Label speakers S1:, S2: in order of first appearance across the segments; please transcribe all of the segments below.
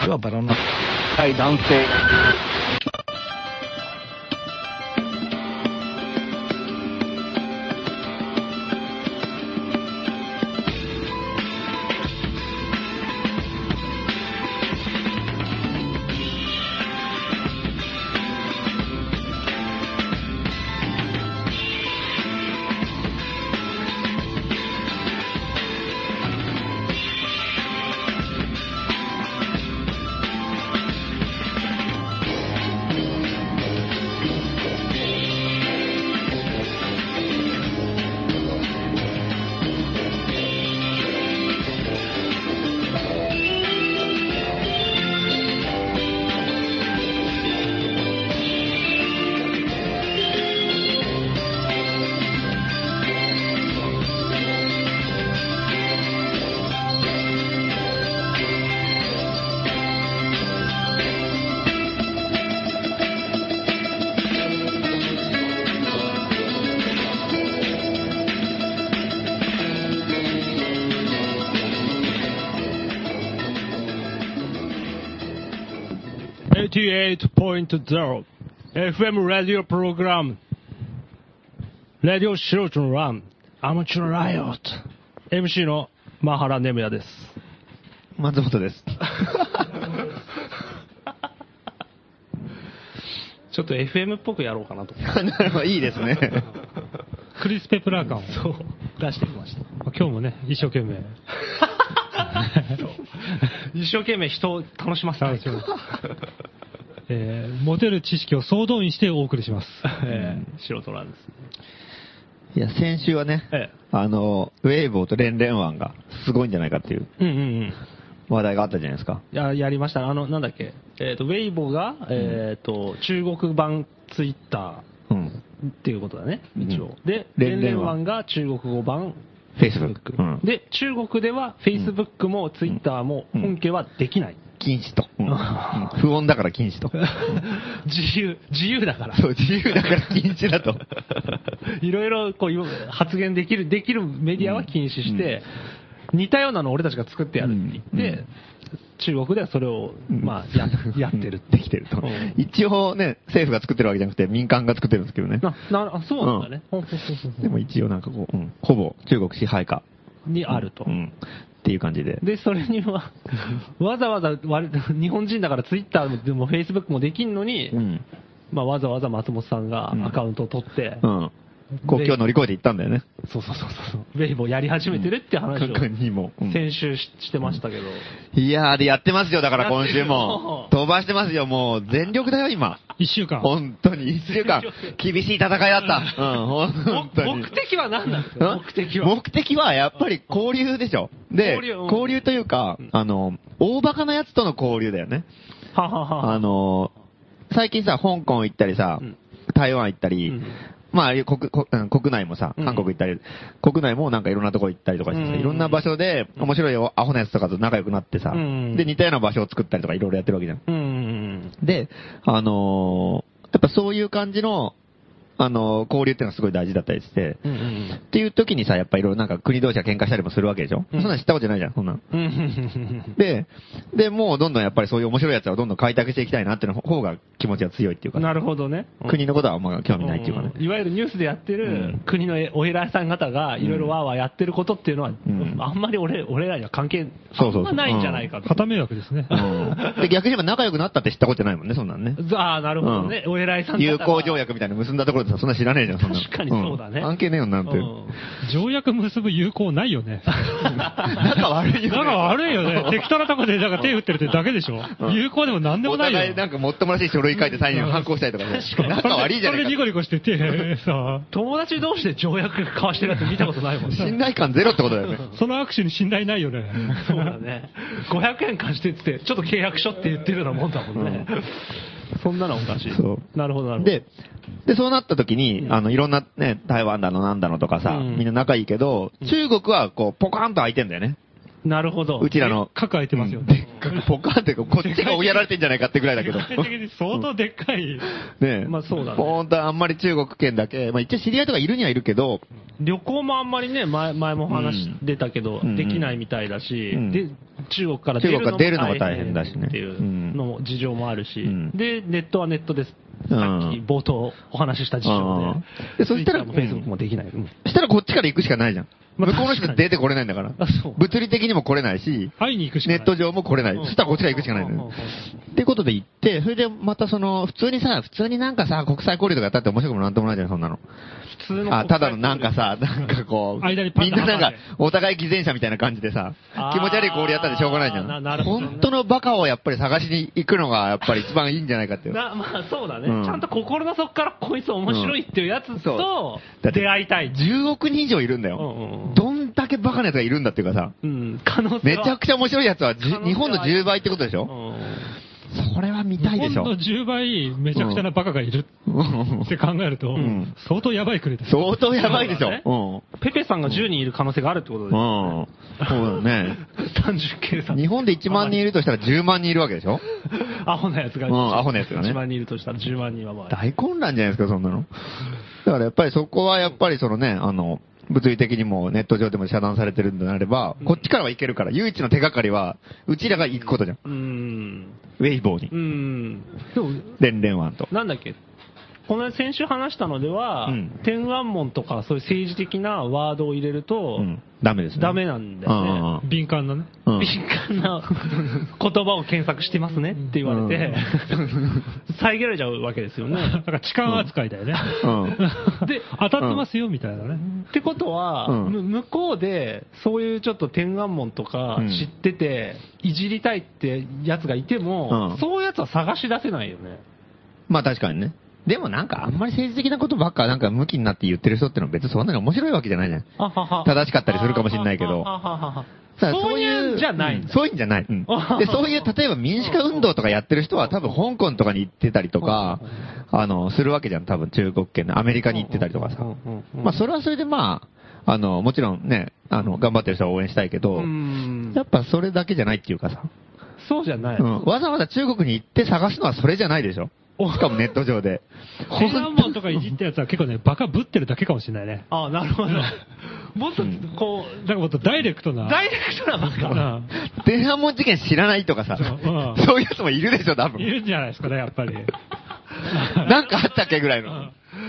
S1: ではバラの
S2: はい男性
S3: 88.0 FM ラジオプログラムラジオ素人のランアマチュアライオット MC のマハラネムヤです。
S1: 松本です。
S3: ちょっと FM っぽくやろうかなと
S1: いいですね。
S3: クリス・ペプラー感を出してきました。今日もね一生懸命一生懸命人を楽しませたい。持てる知識を総動員してお送りします。素人なんです。
S1: いや、先週はね、ウェイボーとレンレンワンがすごいんじゃないかっていう話題があったじゃないですか。
S3: やりました。なんだっけ、ウェイボーが、中国版ツイッターっていうことだね、一応。で、レンレンワンが中国語版
S1: フェイスブック。
S3: で、中国ではフェイスブックもツイッターも本家はできない。
S1: 禁止と。不穏だから禁止と。
S3: 自由だから。
S1: そう、自由だから禁止だと。
S3: いろいろこう発言できるメディアは禁止して、似たようなのを俺たちが作ってやるって言って、中国ではそれを、まあ、やってる。
S1: できてると。一応ね、政府が作ってるわけじゃなくて民間が作ってるんですけどね。
S3: そうなんだね。
S1: でも一応なんかこう、ほぼ中国支配下
S3: にあると。
S1: っていう感じで。
S3: で、それには、わざわざ日本人だからツイッターでもフェイスブックもできんのに、まあわざわざ松本さんがアカウントを取って、
S1: 国境を乗り越えていったんだよね。
S3: そう。ウェイボーやり始めてるって話を先週してましたけど。
S1: いやーでやってますよ、だから今週も。飛ばしてますよ、もう全力だよ、今。
S3: 1週間。
S1: 本当に1週間。厳しい戦いだった。本当に。
S3: 目的は何なんですか？
S1: 目的はやっぱり交流でしょ。で、交流というか、大バカなやつとの交流だよね。最近さ、香港行ったりさ、台湾行ったり、まあ、国内もさ、韓国行ったり、国内もなんかいろんなとこ行ったりとかしてさ、いろんな場所で面白いアホなやつとかと仲良くなってさ、で、似たような場所を作ったりとかいろいろやってるわけじゃん。で、やっぱそういう感じの、交流っていうのはすごい大事だったりして、っていう時にさ、やっぱいろいろなんか国同士が喧嘩したりもするわけでしょ、そんなの知ったことないじゃん、そんなの。で、もうどんどんやっぱりそういう面白いやつをどんどん開拓していきたいなっていうの方が気持ちが強いっていうか。
S3: なるほどね。
S1: 国のことはあんま興味ないっていうかね。
S3: いわゆるニュースでやってる国のお偉いさん方がいろいろわーわーやってることっていうのは、あんまり俺らには関係あんまないんじゃないかと。
S4: 片迷惑ですね。
S1: で、逆に言えば仲良くなったって知ったことないもんね、そんなんね。
S3: なるほどね。お偉いさん方
S1: 友好条約みたいなの結んだところでそんな知らねえじゃん、そんなの。
S3: 確かにそうだね。
S1: 関係ねえよなんて。
S4: 条約結ぶ友好ないよね。
S1: 仲悪いよね。
S4: 仲悪いよね。適当なとこでなんか手振ってるってだけでしょ。友好でもなんでもないよ。
S1: お互いなんかもっともらしい書類書いてサインを反抗したりとかね。仲悪いじゃないか。
S4: それでニコニコしててさ。
S3: 友達同士で条約交わしてるやつ見たことないもんね。
S1: 信頼感ゼロってことだよね。
S4: その握手に信頼ないよね。
S3: そうだね。500円貸してって、ちょっと契約書って言ってるようなもんだもんね。そんなのおかしい。なるほど、なるほど。
S1: で、そうなった時に、いろんなね、台湾だのなんだのとかさ、みんな仲いいけど、中国はこう、ポカーンと開いてんだよね。
S3: なるほど。
S1: うちらの。
S4: 核開いてますよ
S1: ね。ポカーってこっちが追いやられてんじゃないかってぐらいだけど。
S4: 世界的に相当でっかい。
S1: ね
S3: まあそうだね。
S1: ほんとあんまり中国圏だけ、まあ一応知り合いとかいるにはいるけど、
S3: 旅行もあんまりね、前も話出たけど、できないみたいだし、で、中国から出るのも大変だしね。っていうのも事情もあるし、で、ネットはネットです。さっき冒頭お話しした事情で。
S1: そしたら、
S3: フェイスブックもできない。
S1: そしたらこっちから行くしかないじゃん。向こうの人出てこれないんだから。物理的にも来れないし、
S4: 会いに行くしかない。
S1: ネット上も来れない。そしたらこっちから行くしかないのよ。っていうことで行って、それでまた普通になんかさ、国際交流とかやったって面白くもなんともないじゃん、そんなの。
S3: 普通の。
S1: ただのなんかさ、なんかこう、みんななんか、お互い偽善者みたいな感じでさ、気持ち悪い交流やったってしょうがないじゃん。本当のバカをやっぱり探しに行くのが、やっぱり一番いいんじゃないかっていう。
S3: まあそうだね。ちゃんと心の底からこいつ面白いっていうやつと、出会いたい。
S1: 10億人以上いるんだよ。どんだけバカなやつがいるんだっていうかさ、
S3: 可能性
S1: めちゃくちゃ面白いやつは日本の10倍ってことでしょ。それは見たいでしょ。
S4: 日本の10倍めちゃくちゃなバカがいるって考えると、相当やばい国です。
S1: 相当やばいでしょ。
S3: ペペさんが10人いる可能性があるってことです。
S1: そうだね。
S3: 単純計算。
S1: 日本で1万人いるとしたら10万人いるわけでしょ。
S3: アホなやつが。
S1: アホなやつがね。
S3: 1万人いるとしたら10万人は
S1: 大混乱じゃないですか、そんなの。だからやっぱりそこはやっぱりそのね、物理的にもネット上でも遮断されてるんであれば、こっちからは行けるから、唯一の手がかりは、うちらが行くことじゃん。ウェイボーに。連々湾と。
S3: なんだっけこの先週話したのでは、天安門とかそういう政治的なワードを入れると、
S1: ダメですね。
S3: ダメなんだよね。
S4: 敏感なね。
S3: 敏感な言葉を検索してますねって言われて、遮られちゃうわけですよね。
S4: だから痴漢扱いだよね。で、当たってますよみたいなね。
S3: ってことは、向こうでそういうちょっと天安門とか知ってて、いじりたいってやつがいても、そういうやつは探し出せないよね。
S1: まあ確かにね。でもなんかあんまり政治的なことばっかなんか向きになって言ってる人ってのは別にそんなに面白いわけじゃないじゃん。正しかったりするかもしれないけど。
S3: そういうんじゃない。
S1: そういうんじゃない。で、そういう、例えば民主化運動とかやってる人は多分香港とかに行ってたりとか、するわけじゃん。多分中国圏のアメリカに行ってたりとかさ。まあそれはそれでまあ、もちろんね、頑張ってる人は応援したいけど、やっぱそれだけじゃないっていうかさ。
S3: そうじゃない。
S1: わざわざ中国に行って探すのはそれじゃないでしょ。しかもネット上で。
S4: 天安門とかいじったやつは結構ね、バカぶってるだけかもしれないね。
S3: ああ、なるほど。もっと、こう、
S4: だからもっとダイレクトな。
S3: ダイレクトなバカ。
S1: 天安門事件知らないとかさ、そういうやつもいるでしょ、多分。
S4: いるんじゃないですかね、やっぱり。
S1: なんかあったっけぐらいの。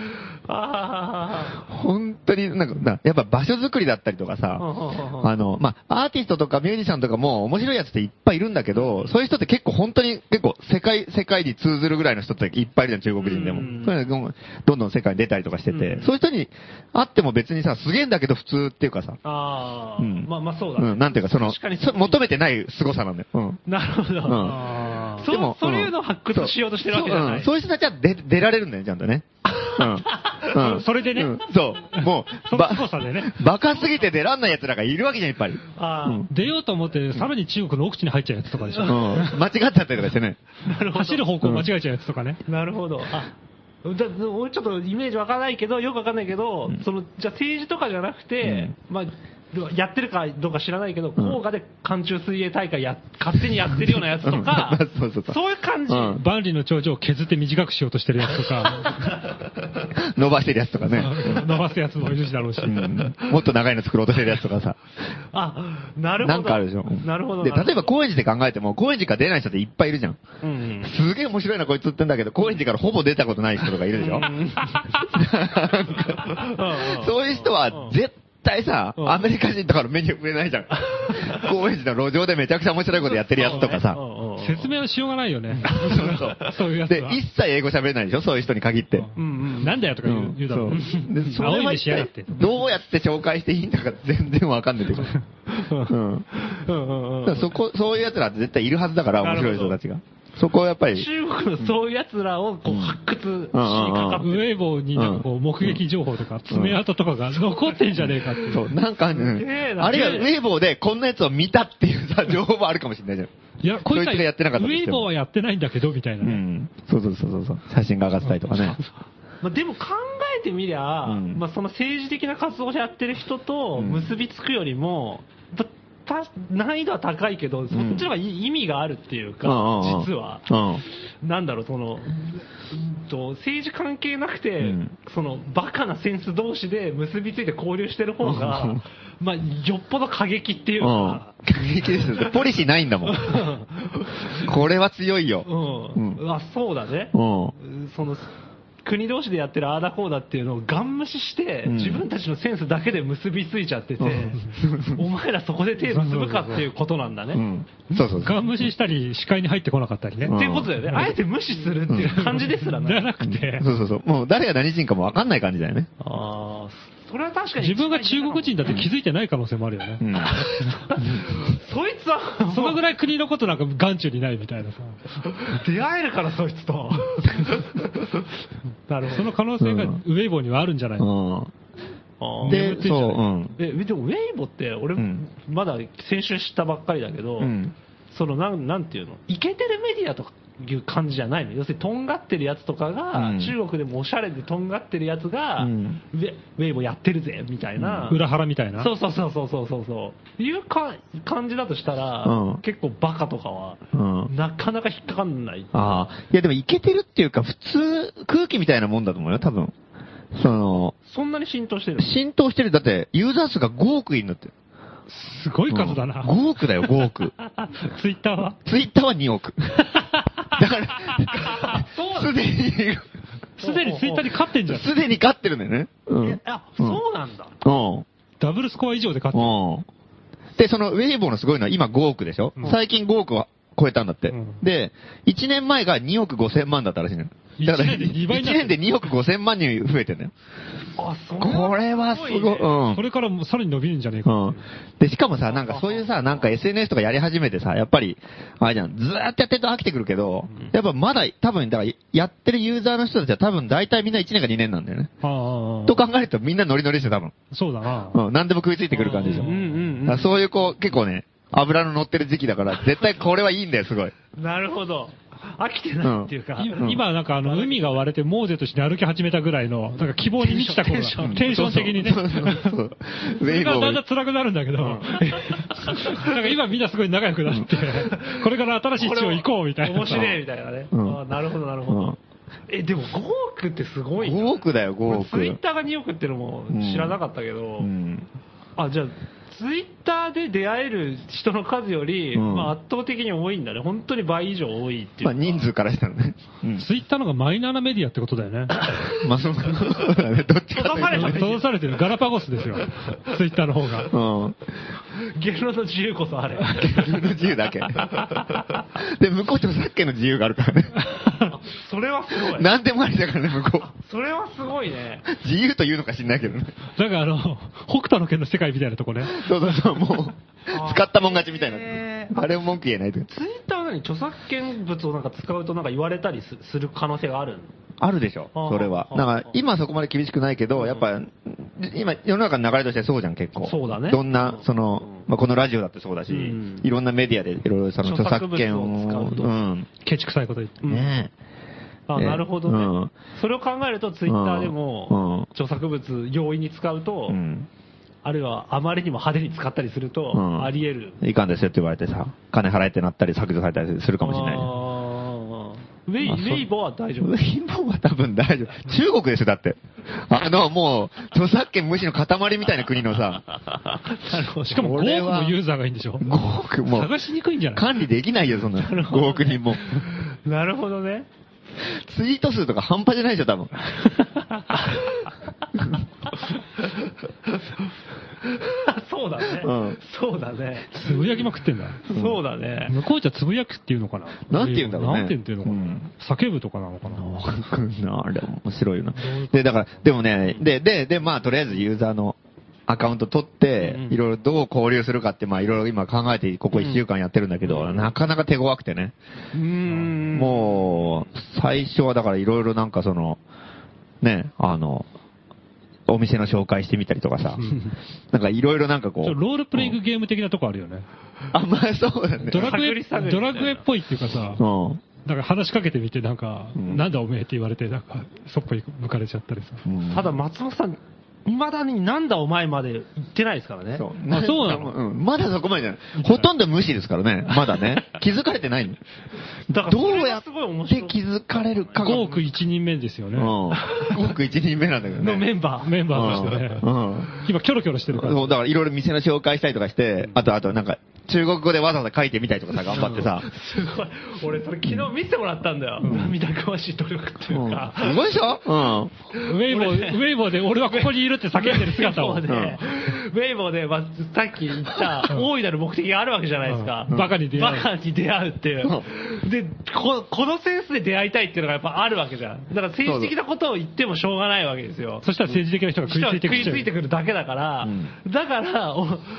S1: 本当になんか、やっぱ場所作りだったりとかさ、まあ、アーティストとかミュージシャンとかも面白いやつっていっぱいいるんだけど、そういう人って結構本当に世界に通ずるぐらいの人っていっぱいいるじゃん、中国人でも。そういうのどんどん世界に出たりとかしてて、そういう人に会っても別にさ、すげえんだけど普通っていうかさ。
S3: まあそうだね。
S1: なんていうか求めてない凄さなんだよ。
S3: なるほど。でも、そういうのを発掘しようとしてるわけじゃない。
S1: そういう人たちは出られるんだよ、ちゃんとね。
S4: それでね。
S1: そう。もう、
S4: ね、
S1: バカすぎて出らんない奴らがいるわけじゃん、やっぱり。
S4: 出ようと思って、さらに中国の奥地に入っちゃうやつとかでしょ。
S1: 間違っちゃったりとかしてね。
S4: 走る方向間違えちゃうやつとかね。
S3: なるほど。俺ちょっとイメージわからないけど、よくわかんないけど、じゃあ政治とかじゃなくて、まあ、やってるかどうか知らないけど、黄河で寒中水泳大会勝手にやってるようなやつとか、そういう感じ。
S4: 万里の長城を削って短くしようとしてるやつとか、
S1: 伸ばしてるやつとかね。
S4: 伸ばすやつもいるしだろうし。
S1: もっと長いの作ろうとしてるやつとかさ。
S3: なるほど。
S1: なんかあるでしょ。
S3: なるほど。
S1: で、例えば高円寺で考えても、高円寺から出ない人っていっぱいいるじゃん。すげえ面白いなこいつって言んだけど、高円寺からほぼ出たことない人とかいるでしょ。そういう人は絶対さ、アメリカ人とかの目に触れないじゃん。高円寺の路上でめちゃくちゃ面白いことやってるやつとかさ。
S4: 説明のしようがないよね。
S1: そういうやつで、一切英語喋れないでしょ、そういう人に限って。
S4: なんだよとか言うだろう。
S1: それはどうやって紹介していいんだか全然わかんないってこと。そういうやつらって絶対いるはずだから、面白い人たちが。そこはやっぱり。
S3: 中国のそういう奴らをこう発掘しにかかって。
S4: ウェイボーになんかこう目撃情報とか爪痕とかが残ってんじゃねえかっていう。
S1: そう、なんか、あるいはウェイボーでこんなやつを見たっていうさ、情報もあるかもしれないじゃん。
S4: いや、こいつ
S1: がやってなかった。
S4: ウェイボーはやってないんだけど、みたいなね。
S1: そう。写真が上がってたりとかね。
S3: でも考えてみりゃ、まあその政治的な活動をやってる人と結びつくよりも、 難易度は高いけど、そっちの方が意味があるっていうか、実は。なんだろう、政治関係なくて、バカなセンス同士で結びついて交流してる方が、まあ、よっぽど過激っていうか。
S1: 過激ですよ。ポリシーないんだもん。これは強いよ。
S3: あ、そうだね。国同士でやってるあーだこうだっていうのをガン無視して、自分たちのセンスだけで結びついちゃってて、お前らそこで手結ぶかっていうことなんだね。
S4: ガン無視したり、視界に入ってこなかったりね。
S3: っていうことだよね。あえて無視するっていう感じですらね。
S4: じゃなくて。
S1: もう誰が何人かも分かんない感じだよね。
S3: ああ、それは確かに。
S4: 自分が中国人だって気づいてない可能性もあるよね。
S3: そいつは、
S4: そのぐらい国のことなんか眼中にないみたいなさ。
S3: 出会えるからそいつと。
S4: なるほど。その可能性がウェイボーにはあるんじゃないの？
S1: で、
S3: でもウェイボって俺、まだ先週知ったばっかりだけど、なんていうの、イケてるメディアとかいう感じじゃないの。要するにとんがってるやつとかが、中国でもおしゃれでとんがってるやつが、ウェイボやってるぜみたいな、
S4: 裏腹みたいな、
S3: そういう感じだとしたら、結構バカとかは、なかなか引っかかんない。
S1: いやでもイケてるっていうか普通空気みたいなもんだと思うよ多分。
S3: そんなに浸透してる？
S1: 浸透してる。だってユーザー数が5億いるんだって。
S4: すごい数だな。
S1: 5億だよ、5億。
S4: ツイッターは
S1: 2億。だから、すでに
S4: ツイッターに勝ってんじゃん。
S1: すでに勝ってるんだよね。
S3: そうなんだ。
S4: ダブルスコア以上で勝って
S1: で、
S4: る。
S1: そのウェイボーのすごいのは今5億でしょ、最近5億は超えたんだって。で、1年前が2億5千万だったらしいのよ。だから、1年で2億5千万人増えてるのよ。これはすごい。
S4: これからもさらに伸びるんじゃねえか。
S1: で、しかもさ、なんかそういうさ、なんか SNS とかやり始めてさ、やっぱり、あれじゃん、ずーっとやってると飽きてくるけど、やっぱまだ、多分、だから、やってるユーザーの人たちは多分大体みんな1年か2年なんだよね。と考えるとみんなノリノリですよ、多分。
S4: そうだな。
S1: 何でも食いついてくる感じでしょ。そういう結構ね、油の乗ってる時期だから、絶対これはいいんだよ、すごい。
S3: なるほど。飽きてないっていうか。
S4: 今なんか海が割れてモーゼとして歩き始めたぐらいの、なんか希望に満ちた頃だ。テンション的にね。それがだんだん辛くなるんだけど、なんか今みんなすごい仲良くなって、これから新しい地を行こうみたいな。
S3: 面白いみたいなね。なるほど、なるほど。でも5億ってすごい
S1: な。5億だよ、5億。
S3: ツイッターが2億ってのも知らなかったけど、じゃあ、ツイッターで出会える人の数より、圧倒的に多いんだね。本当に倍以上多いっていう。
S1: 人数からしたらね。
S4: ツイッターの方がマイナーなメディアってことだよね。
S1: そうだね。どっちかというと。
S4: 閉ざされてる。ガラパゴスですよ。ツイッターの方が。
S3: 言論の自由こそあれ。
S1: 言論の自由だけ。で、向こう著作権の自由があるからね。
S3: それはすごい。
S1: 何でもありだからね、向こう。
S3: それはすごいね。
S1: 自由というのか知んないけどね。
S4: なんか北斗の拳の世界みたいなとこね。
S1: そう、もう、使ったもん勝ちみたいな。あれも文句言えないと。
S3: ツイッターは何著作権物をなんか使うとなんか言われたりする可能性があるの？
S1: あるでしょ、それは。だから今そこまで厳しくないけど、やっぱ、今世の中の流れとしてそうじゃん、結構。
S3: そうだね。
S1: どんな、このラジオだってそうだし、いろんなメディアでいろいろ著作権を使うと。
S4: ケチくさいこと言って。
S1: ね
S3: なるほどね。それを考えるとツイッターでも、著作物容易に使うと、あるいはあまりにも派手に使ったりすると、あり得る。
S1: いかんですよって言われてさ、金払えってなったり削除されたりするかもしれない。
S3: ウェイボは大丈夫？
S1: ウェイボは多分大丈夫。中国ですよ、だって。もう、著作権無視の塊みたいな国のさ。
S4: しかも5億のユーザーがいいんでしょ？
S1: 5億も。
S4: 探しにくいんじゃない？
S1: 管理できないよ、そんな。5億人も。
S3: なるほどね。
S1: ツイート数とか半端じゃないでしょ、多分。
S3: そうだね。そうだね。
S4: つぶやきまくってんだ。
S3: そうだね。
S4: 向こうじゃつぶやくっていうのかな。
S1: なんて言うんだろうね。
S4: なんて言うのかな。叫ぶとかなのかな。
S1: あれ面白いよな。で、だから、でもね、まあ、とりあえずユーザーのアカウント取って、いろいろどう交流するかって、まあいろいろ今考えて、ここ1週間やってるんだけど、なかなか手強くてね。もう、最初はだからいろいろなんかね、お店の紹介してみたりとかさ、なんかいろいろなんかこう。
S4: ロールプレイングゲーム的なとこあるよね。
S1: まあそうだね。
S4: ドラクエっぽいっていうかさ、なんか話しかけてみて、なんか、なんだおめえって言われて、なんか、そっぽに向かれちゃったりさ。
S3: ただ松本さん、 未だになんだお前まで言ってないですからね。
S1: そう。
S4: そうなの？
S1: まだそこまでじゃない。ほとんど無視ですからね。まだね。気づかれてないの。
S3: だから
S1: どうやって気づかれるかが。
S4: 5億1人目ですよね。
S1: 5億1人目なんだけどね。
S3: のメンバー
S4: としてね。今、キョロキョロしてるから。
S1: そう、だからいろいろ店の紹介したりとかして、あとなんか、中国語でわざわざ書いてみたりとかさ、頑張ってさ。
S3: すごい。俺、それ昨日見せてもらったんだよ。涙ぐましい努力っていうか。
S1: すごいでしょ
S4: ウェイボーで俺はここにいるって叫んでる姿を。
S3: ウェイボーで、さっき言った大いなる目的があるわけじゃないですか。
S4: バカに出
S3: 会うっていう。で、このセンスで出会いたいっていうのがやっぱあるわけじゃん。だから政治的なことを言ってもしょうがないわけですよ。
S4: そしたら政治的な人が食いついて
S3: くるだけだから、だから、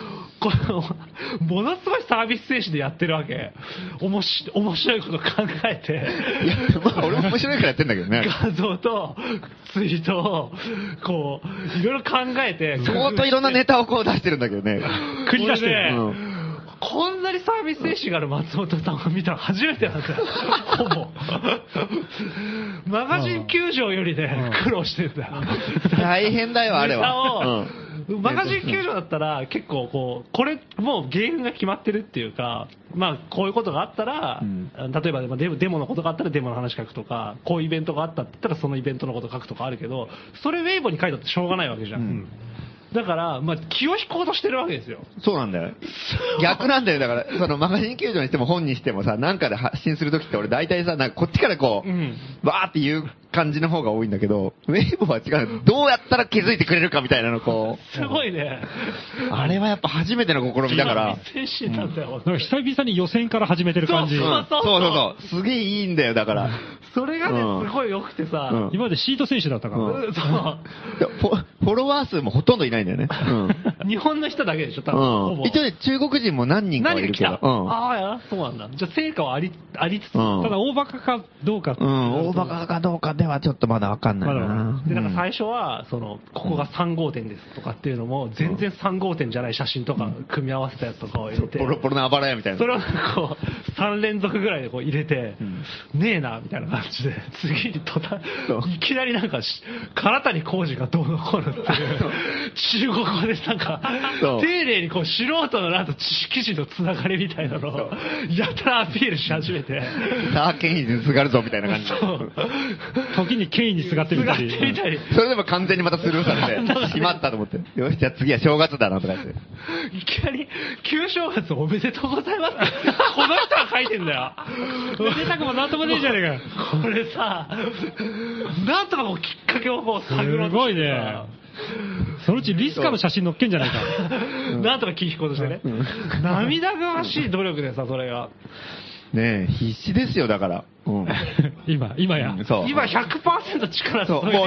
S3: ものすごいサービス精神でやってるわけ。面白いこと考えて。
S1: いや、まあ俺面白いからやってんだけどね。
S3: 画像とツイートを、こう、いろいろ考えて。
S1: 相当いろんなネタをこう出してるんだけどね。
S4: 繰り出してる。
S3: こんなにサービス精神がある松本さんを見たの初めてなんだよ。ほぼ。マガジン球場よりね、苦労してるんだよ。
S1: 大変だよ、あれは。
S3: マガジン球場だったら結構これもう芸風が決まってるっていうか、まあこういうことがあったら、例えばデモのことがあったらデモの話書くとか、こういうイベントがあったって言ったらそのイベントのこと書くとかあるけど、それウェイボに書いたってしょうがないわけじゃん。だから、まあ、気を引こうとしてるわけですよ。
S1: そうなんだよ。逆なんだよ。だから、そのマガジン球場にしても本にしてもさ、なんかで発信するときって俺大体さ、なんかこっちからこう、バーっていう感じの方が多いんだけど、ウェイボは違う。どうやったら気づいてくれるかみたいなのこ
S3: う。すごいね。
S1: あれはやっぱ初めての試みだから。
S3: 精神なんだよ。
S4: なんか久々に予選から始めてる感じ。
S1: そう。すげえいいんだよ、だから。
S3: それがね、すごい良くてさ。
S4: 今までシート選手だったから。
S1: フォロワー数もほとんどいないんだよね。
S3: 日本の人だけでしょ、多分。
S1: 一応ね、中国人も何人かいるけど。
S3: ああ、そうなんだ。じゃあ成果はありつつ。た
S4: だ大バカかどうか。
S1: 大バカかどうかではちょっとまだわかんないな。
S3: で、なんか最初は、ここが3号店ですとかっていうのも、全然3号店じゃない写真とか組み合わせたやつとかを入れて。
S1: ポロポロのあばらやみたいな。
S3: それをこう、3連続ぐらいでこう入れて、ねえな、みたいな感じで、次にいきなりなんか、唐谷浩二がどうのこうのっていう、中国語でなんか、丁寧にこう素人のなんと知識人のつながりみたいなのを、やたらアピールし始めて。
S1: さあ、権威にすがるぞみたいな感じで。
S4: 時に権威にすがってみたり。
S1: それでも完全にまたスルーされて、しまったと思って。よし、じゃあ次は正月だなとか言って。
S3: いきなり、旧正月おめでとうございます。この人が書いてんだよ。
S4: めでたくもなんともねえじゃねえ
S3: か。これさ、なんとかこうきっかけをこう探ろうとして。
S4: すごいね。そのうちリスカの写真載っけんじゃないか。
S3: なんとか聞くことしてね。涙ぐましい努力でさ、それが。
S1: ねえ、必死ですよ、だから。
S4: 今や。
S3: 今100% 力
S1: そう。もう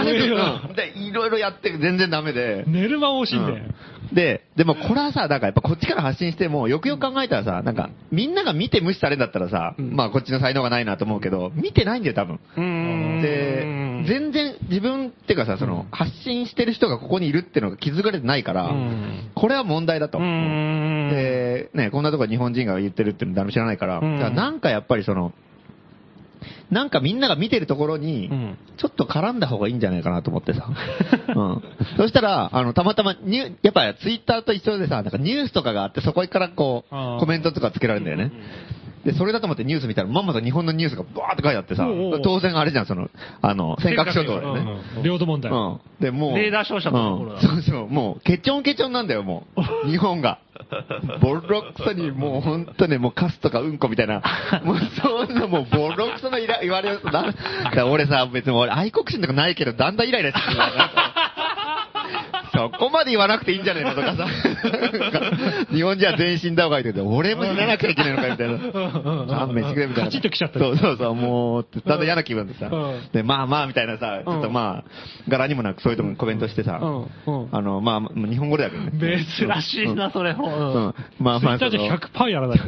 S1: 100%。で、いろいろやって全然ダメで。
S4: 寝る間惜しんで。
S1: でもこれはさ、だからやっぱこっちから発信しても、よくよく考えたらさ、なんか、みんなが見て無視されるんだったらさ、まあこっちの才能がないなと思うけど、見てないんだよ、多分。で、全然自分っていうかさ、発信してる人がここにいるっていうのが気づかれてないから、これは問題だと。で、ね、こんなとこ日本人が言ってるっていうの誰も知らないから、なんかやっぱりなんかみんなが見てるところに、ちょっと絡んだ方がいいんじゃないかなと思ってさ。そしたら、たまたまやっぱツイッターと一緒でさ、なんかニュースとかがあって、そこからこう、コメントとかつけられるんだよね。で、それだと思ってニュース見たら、まんまと日本のニュースがバーって書いてあってさ、当然あれじゃん、尖閣諸島だよね。
S4: 領土問題。
S1: で、もう。
S3: レーダー照射のところだ。
S1: そう、もう、ケチョンケチョンなんだよ、もう。日本が。ボロクソに、もう本当ね、もうカスとかうんこみたいな、もうそんなもうボロクソの言われようとな。俺さ、別に俺愛国心とかないけど、だんだんイライラしてくる。そこまで言わなくていいんじゃねえのとかさ。日本人は全身だおがいてて、俺も死ななきゃいけないのかみたいな。勘弁してくれみたいな。
S4: カチッときちゃった。
S1: そう、もう、だんだん嫌な気分でさ。で、まあみたいなさ、ちょっとまあ、柄にもなくそういうとこにコメントしてさ、まあ、日本語だけどね。
S3: 珍しいな、それ。
S1: まあ。
S4: ツイッターじゃ100%やらない。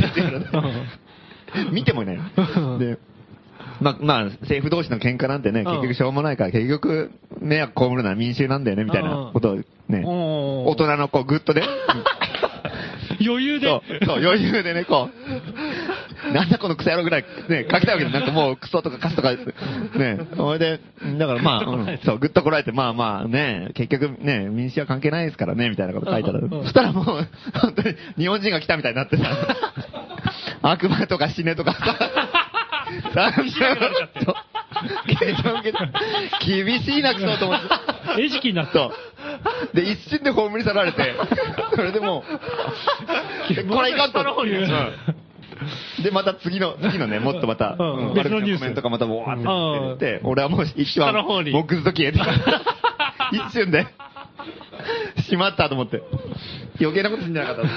S1: 見てもいない。で、まあ、政府同士の喧嘩なんてね、結局しょうもないから、結局、迷惑被るのは民衆なんだよね、みたいなことをね、大人のこう、ぐっとね、
S4: 余裕で。
S1: そう、余裕でね、こなんだこのクソ野郎ぐらいね、書きたいわけで、なんかもうクソとかカスとか、ね、それで、だからまあ、そう、ぐっとこらえて、まあまあね、結局ね、民主は関係ないですからね、みたいなこと書いたら、そしたらもう、本当に日本人が来たみたいになってさ、悪魔とか死ねとかさ、厳しいなクソと思って。
S4: 餌食になった。
S1: で、一瞬で葬り去られて、それでもう、これいかんと。で、また次のね、もっとまた、
S4: 別のニュース
S1: コメントがまたボワーって出て、俺はもう一番、もうぐずっと消えて、一瞬で、しまったと思って。余計なことするんじゃなかった。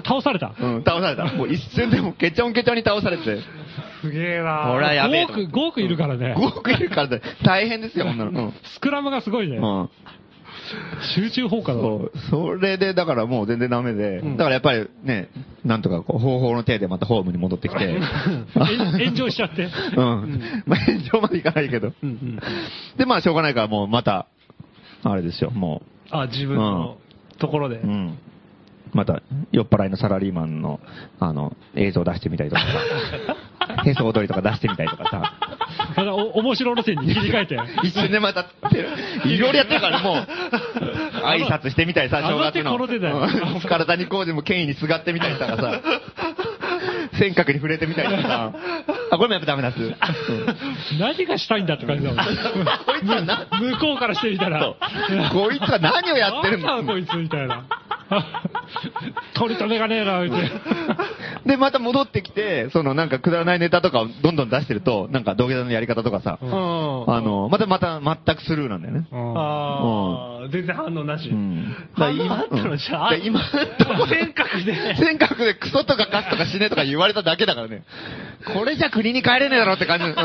S4: 倒された。
S1: 倒された。もう一瞬でもうケチョンケチョンに倒されて。
S3: すげえな
S1: ほら、やべえ。
S4: 5億いるからね。
S1: 5億いるからね。大変ですよ、こんなの。
S4: スクラムがすごいね。集中放火だ。
S1: そう。それで、だからもう全然ダメで。だからやっぱりね、なんとかこう、方法の手でまたホームに戻ってきて。
S4: 炎上しちゃって。
S1: まあ炎上までいかないけど。で、まあしょうがないからもうまた、あれですよ、も
S3: う。自分のところで。
S1: また、酔っ払いのサラリーマンの、映像出してみたりとかさ、へそ踊りとか出してみたりとかさ。
S4: ただ、面白路線に切り替えて。
S1: 一瞬でまた、いろいろやってるからもう、挨拶してみたりさ、正月の。体にこうでも権威にすがってみたりしたらさ、尖閣に触れてみたりとかさ、これもやっぱダメだっす。
S4: 何がしたいんだって感じだもん。
S1: こいつは
S4: 向こうからしてみたら。
S1: こいつは何をやってるんだ
S4: なんだこいつみたいな。取り留めがねえな、みたいな。
S1: で、また戻ってきて、なんかくだらないネタとかをどんどん出してると、なんか土下座のやり方とかさ、また全くスルーなんだよね。
S3: 全然反応なし。
S1: 反応あったのじゃあ、今、尖閣でクソとかカスとか死ねとか言われただけだからね。これじゃ国に帰れねえだろって感じ。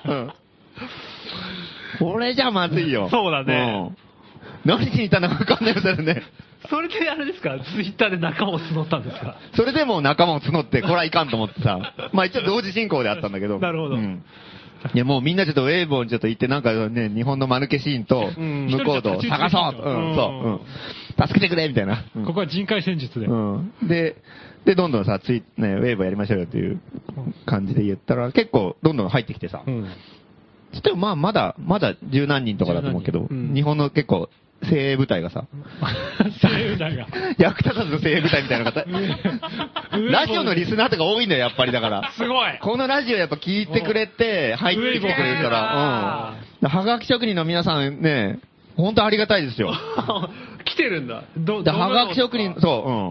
S1: これじゃまずいよ。
S3: そうだね。
S1: 何しにいたのか分かんないよ、それね。
S3: それであれですか、ツイッターで仲間を募ったんですか？
S1: それでもう仲間を募って、これはいかんと思ってさ。まあ一応同時進行であったんだけど。
S3: なるほど。
S1: いやもうみんなちょっとウェイボーにちょっと行ってなんかね、日本の間抜けシーンと、向こうと探そうと。助けてくれみたいな。
S4: ここは人海戦術
S1: で。で、どんどんさ、ウェイボーやりましょうよっていう感じで言ったら、結構どんどん入ってきてさ。ちょっとまあまだ十何人とかだと思うけど、日本の結構、精鋭部隊がさ。
S4: 精鋭部隊が。
S1: 役立たずの精鋭部隊みたいな方。ラジオのリスナーとか多いんだよ、やっぱりだから。
S3: すごい。
S1: このラジオやっぱ聞いてくれて、入ってきてくれるから。はがき職人の皆さんね、本当ありがたいですよ。
S3: 来てるんだ。
S1: はがき職人、そう、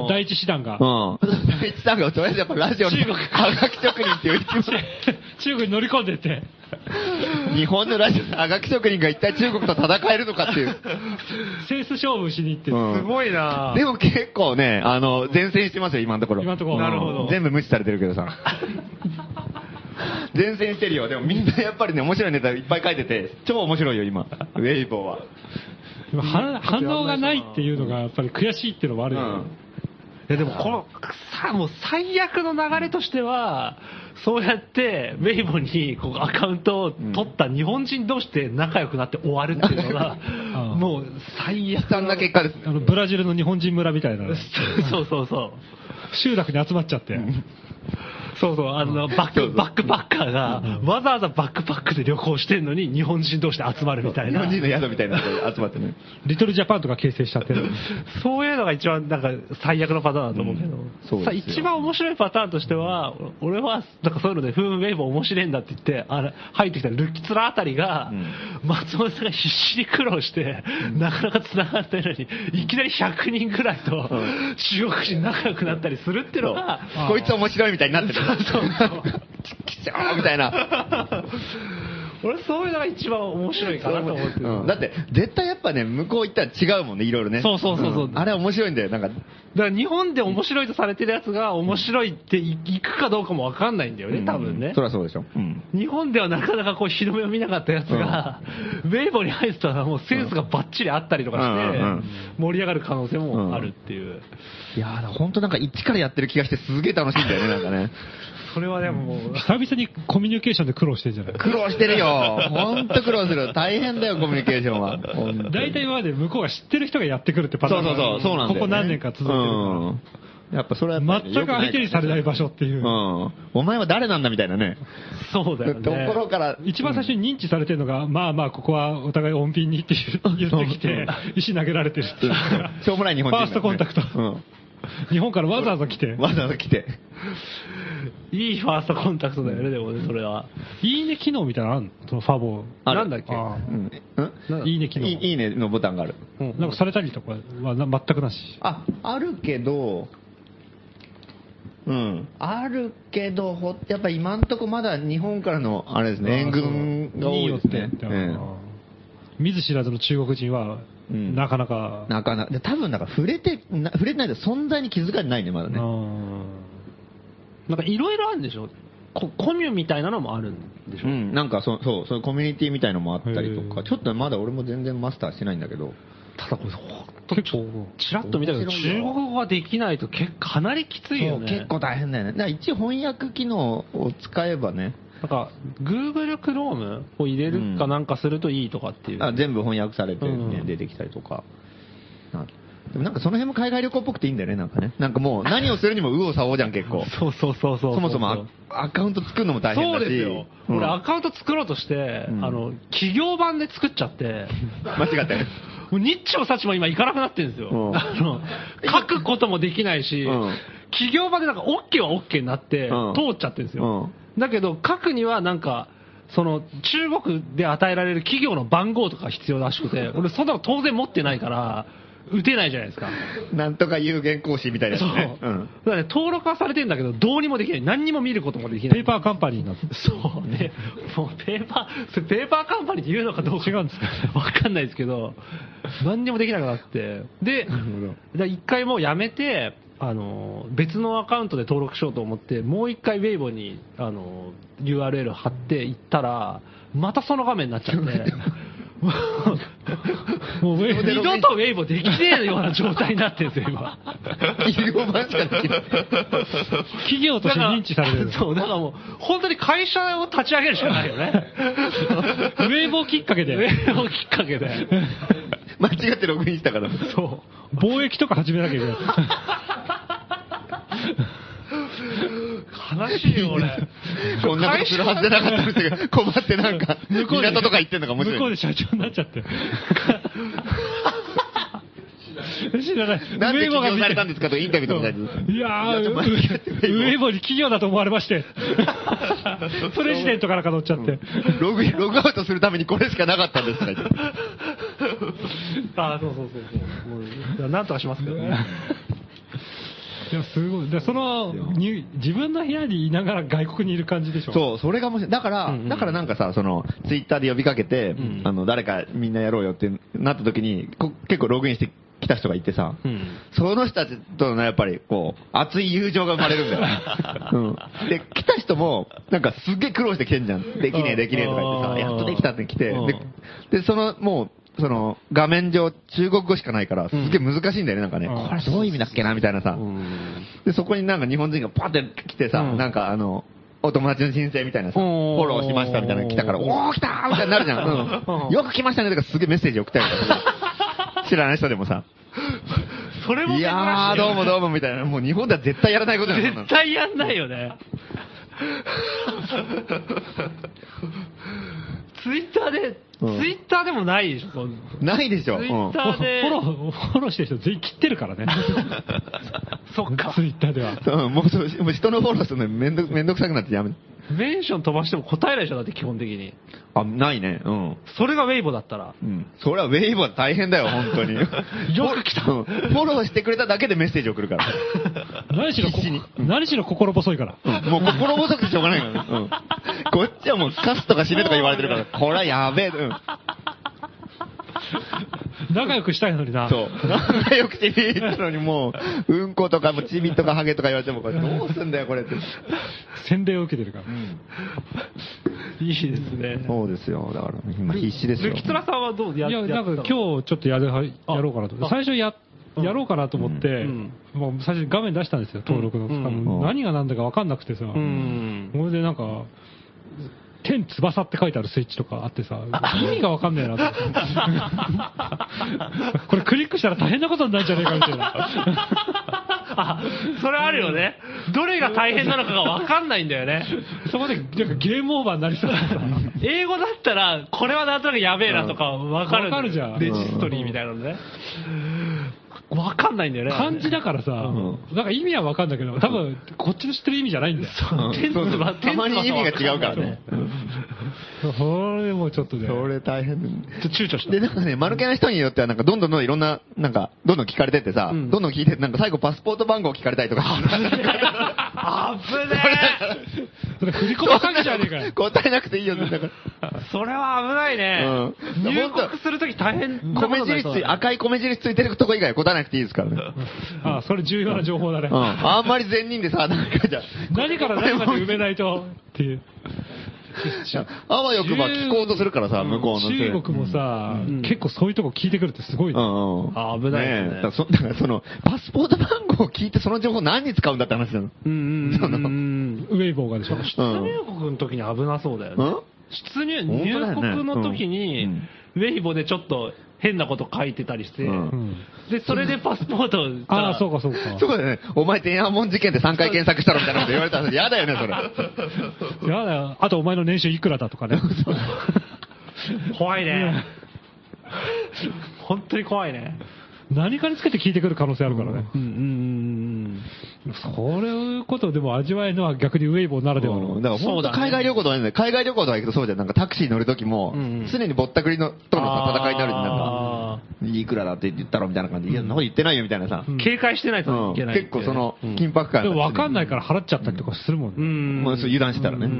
S4: 第一師団が。
S1: 第一師団が、とりあえずやっぱラジオのはがき職人っていう
S4: 中国に乗り込んでって。
S1: 日本のラジオのはがき職人が一体中国と戦えるのかっていう。
S4: センス勝負しに行って
S3: る。すごいな
S1: でも結構ね、前線してますよ、今のところ。
S4: 今のところ。
S3: なるほど。
S1: 全部無視されてるけどさ。前線してるよ。でもみんなやっぱりね、面白いネタいっぱい書いてて、超面白いよ、今。ウェイボーは。
S4: 反応がないっていうのがやっぱり悔しいっていうのもあるよ。
S3: いやでももう最悪の流れとしては、そうやってウェイボーにアカウントを取った日本人同士で仲良くなって終わるっていうのが、もう最悪。
S1: 悲惨な結果です。
S4: ブラジルの日本人村みたいな。
S3: そう。
S4: 集落に集まっちゃって。
S3: バックパッカーが、わざわざバックパックで旅行してんのに、日本人同士で集まるみたいな。
S1: 日本人の宿みたいなところで集まってね。
S4: リトルジャパンとか形成しちゃってる。
S3: そういうのが一番、なんか、最悪のパターンだと思うけど。一番面白いパターンとしては、俺は、なんかそういうので、ウェイボー面白いんだって言って、入ってきたルキツラあたりが、松本さんが必死に苦労して、なかなか繋がってないのに、いきなり100人ぐらいと、中国人仲良くなったりするっていうのが、
S1: こいつ面白いみたいになってる。
S3: そう。
S1: きちょーみたいな。
S3: 俺そういうのが一番面白いかなと思ってる。
S1: だって、絶対やっぱね、向こう行ったら違うもんね、いろいろね。
S3: そう。
S1: あれ面白いんだよ、なんか。
S3: だから日本で面白いとされてるやつが面白いっていくかどうかもわかんないんだよね、多分ね。
S1: そりゃそうでしょ。
S3: 日本ではなかなかこう日の目を見なかったやつが、ウェイボーに入ってたらもうセンスがバッチリあったりとかして、盛り上がる可能性もあるっていう。
S1: いやー、ほんとなんか一からやってる気がしてすげえ楽しいんだよね、なんかね。
S3: それはでももう
S4: 久々にコミュニケーションで苦労してるじゃない。
S1: 苦労してるよ。ほんと苦労する。大変だよ、コミュニケーションは。
S4: 大体今まで向こうが知ってる人がやってくるってパターン。
S1: そうなんだよ、ね。
S4: ここ何年か続いてるから。
S1: やっぱそれは
S4: 全く相手にされない場所っていう。
S1: お前は誰なんだみたいなね。
S3: そうだよね。
S1: ところから。
S4: 一番最初に認知されてるのが、まあまあ、ここはお互い穏便にって言ってきて、石投げられてるっていう。
S1: しょうもない日本人。
S4: ファーストコンタクト。日本からわざわざ来て。
S1: わざわざ来て。
S3: いいファーストコンタクトだよね、でもね、それは。
S4: いいね機能みたいなのあるのそのファボ。
S3: なんだっけ
S4: いいね機能。
S1: いいねのボタンがある。
S4: なんかされたりとかは全くなし。
S1: あるけど、あるけど、やっぱ今んとこまだ日本からの、あれですね、援軍が多いですね。
S4: 見ず知らずの中国人は、なかなか。
S1: 多分なんか触れてないで存在に気づかれないね、まだね。
S3: なんかいろいろあるんでしょコミュみたいなのもあるんでしょ
S1: なんかそういうコミュニティみたいのもあったりとか、ちょっとまだ俺も全然マスターしてないんだけど。
S3: ただこれ、結構、ちらっと見たけど、中国語ができないとかなりきついよね。
S1: 結構大変だよね。だから一応翻訳機能を使えばね。
S3: なんか、Google Chrome を入れるかなんかするといいとかっていう。
S1: 全部翻訳されて、出てきたりとか。でもなんかその辺も海外旅行っぽくていいんだよね、なんかね。なんかもう何をするにも右往左往じゃん、結構。
S3: そう。そ
S1: もそもアカウント作るのも大変だし。
S3: そうですよ。俺アカウント作ろうとして、企業版で作っちゃって。
S1: 間違ったよ。
S3: もうニッチもサチも今行かなくなってるんですよ。書くこともできないし、企業版でなんか OK は OK になって、通っちゃってるんですよ。だけど書くにはなんか、その中国で与えられる企業の番号とか必要らしくて、俺そんなの当然持ってないから、打てないじゃないですか。
S1: なんとか有限講師みたいなやつね。
S3: そう。だからね、登録はされてるんだけど、どうにもできない。何にも見ることもできない。
S4: ペーパーカンパニーになって。
S3: そうね。もうペーパーカンパニーって言うのかどうか。
S4: 違うんですか
S3: わかんないですけど、何にもできなくなって。で、一回もうやめて、別のアカウントで登録しようと思って、もう一回ウェイボに、URL 貼って行ったら、またその画面になっちゃって。もう二度とウェイボできねえような状態になってるんですよ、今。
S1: 企業版しかできない。
S4: 企業として認知されてる。
S3: そう、だからもう、本当に会社を立ち上げるしかないよね。
S4: ウェイボきっかけで。
S3: ウェイボきっかけで。
S1: 間違ってログインしたから。
S3: そう。
S4: 貿易とか始めなきゃいけない。
S3: 悲しいよ、俺。
S1: こんなことするはずじゃなかったんですけど、困ってなんか、港とか行ってんのが面白い。
S4: 向こうで社長になっちゃって。知らない。
S1: なんで起業されたんですかとインタビューとか
S4: で。いやー、ウェイボに企業だと思われまして。プレジデントからか乗っちゃって。
S1: ログアウトするためにこれしかなかったんですか
S3: そう。なんとかしますけどね。
S4: いや、すごい。で、自分の部屋にいながら外国にいる感じでしょ。
S1: そう、それが面白い。だからなんかさ、ツイッターで呼びかけて、誰かみんなやろうよってなった時に、結構ログインしてきた人がいてさ、その人たちとのやっぱり、熱い友情が生まれるんだよ。で、来た人も、なんかすっげえ苦労して来てんじゃん。できねえとか言ってさ、やっとできたって来て、で、もう、画面上、中国語しかないから、すげえ難しいんだよね、なんかね。これどういう意味だっけな、みたいなさ。で、そこになんか日本人がパッて来てさ、なんかお友達の申請みたいなさ、フォローしましたみたいなの来たから、おー来たーみたいになるじゃん。よく来ましたねとかすげえメッセージ送ったりとか。知らない人でもさ。
S3: それも
S1: いやー、どうもどうもみたいな。もう日本では絶対やらないことだよ。
S3: 絶対やんないよね。ツイッターでもないでしょ。
S1: ないでしょ。
S3: ツイッターで。
S4: フォローしてる人全員切ってるからね。
S3: そっか。
S4: ツイッターでは。
S1: もう人のフォローするのめんどくさくなってやめ。
S3: メンション飛ばしても答えないでしょ、だって基本的に。
S1: ないね。
S3: それがウェイボだったら。
S1: それはウェイボは大変だよ、本当に。よ
S3: く来た。
S1: フォローしてくれただけでメッセージ送るから。
S4: 何しろ心細いから。
S1: もう心細くてしょうがないからね。こっちはもうカスとか死ねとか言われてるから、これはやべえ。
S4: 仲良くしたいのにな。
S1: そう。仲良くしていいのにもう、うんことかもチビとかハゲとか言われても、これどうすんだよ、これって。
S4: 洗礼を受けてるから。
S3: いいですね。
S1: そうですよ。だから今必死ですよ。
S3: キツラさんはどうやって
S4: いや、なんか今日ちょっとやろうかなと。最初やろうかなと思って、もう最初に画面出したんですよ、登録の。何が何だか分かんなくてさ。それでなんか、天翼って書いてあるスイッチとかあってさ、意味がわかんないなと思って。これクリックしたら大変なことになるんじゃないかみたいな。
S3: それあるよね。どれが大変なのかがわかんないんだよね。
S4: そこでなんかゲームオーバーになりそうださ。
S3: 英語だったら、これはなんとなくやべえなとかわかる。
S4: わかるじゃん。
S3: レジストリーみたいなのね。わかんないんだよね。
S4: 漢字だからさ、なんか意味はわかんだけど、多分こっちの知ってる意味じゃないんだよ。
S1: たまに意味が違うからね。
S4: それもちょっとね。
S1: それ大変だね。
S3: 躊躇した。
S1: で、なんかね、間抜けな人によっては、なんかどんどんいろんな、なんか、どんどん聞かれてってさ、どんどん聞いて、なんか最後パスポート番号聞かれたりとか。
S3: あぶね
S4: それ振り込み詐欺じゃねえかよ。
S1: 答えなくていいよ、だから。
S3: それは危ないね。入国するとき大変なことだよ。
S1: 赤い米印ついてるとこ以外答えなくていいですからね。
S4: ああ、それ重要な情報だね。
S1: あんまり善人でさ、なんかじゃ
S4: 何から何まで埋めないとっていう。
S1: あわよくば聞こうとするからさ、向こうの。
S4: 中国もさ、結構そういうとこ聞いてくるってすごいね。
S3: 危ないよね。
S1: だからその、パスポート番号を聞いてその情報何に使うんだって話なの。
S4: ウェイボーがでしょ。
S3: 出入国の時に危なそうだよね。入国の時に、ウェイボーでちょっと変なこと書いてたりして、で、それでパスポート
S4: ああ、そうかそうか。
S1: そうだね。お前天安門事件で3回検索したろみたいなこと言われたら嫌だよね、それ。
S4: 嫌だよ。あとお前の年収いくらだとかね。
S3: 怖いね。本当に怖いね。
S4: 何かにつけて聞いてくる可能性あるからね。そういうことでも味わえるのは逆にウェイボーならではの。
S1: だから本当海外旅行とかね、海外旅行とか行くとそうじゃん。なんかタクシー乗るときも、常にぼったくりのとの戦いになるじゃん。なんか、いくらだって言ったろみたいな感じで、いや、そんなこと言ってないよみたいなさ。
S3: 警戒してないといけない。
S1: 結構その、緊迫感。
S4: でも分かんないから払っちゃったりとかするもんね。
S1: もう油断したらね。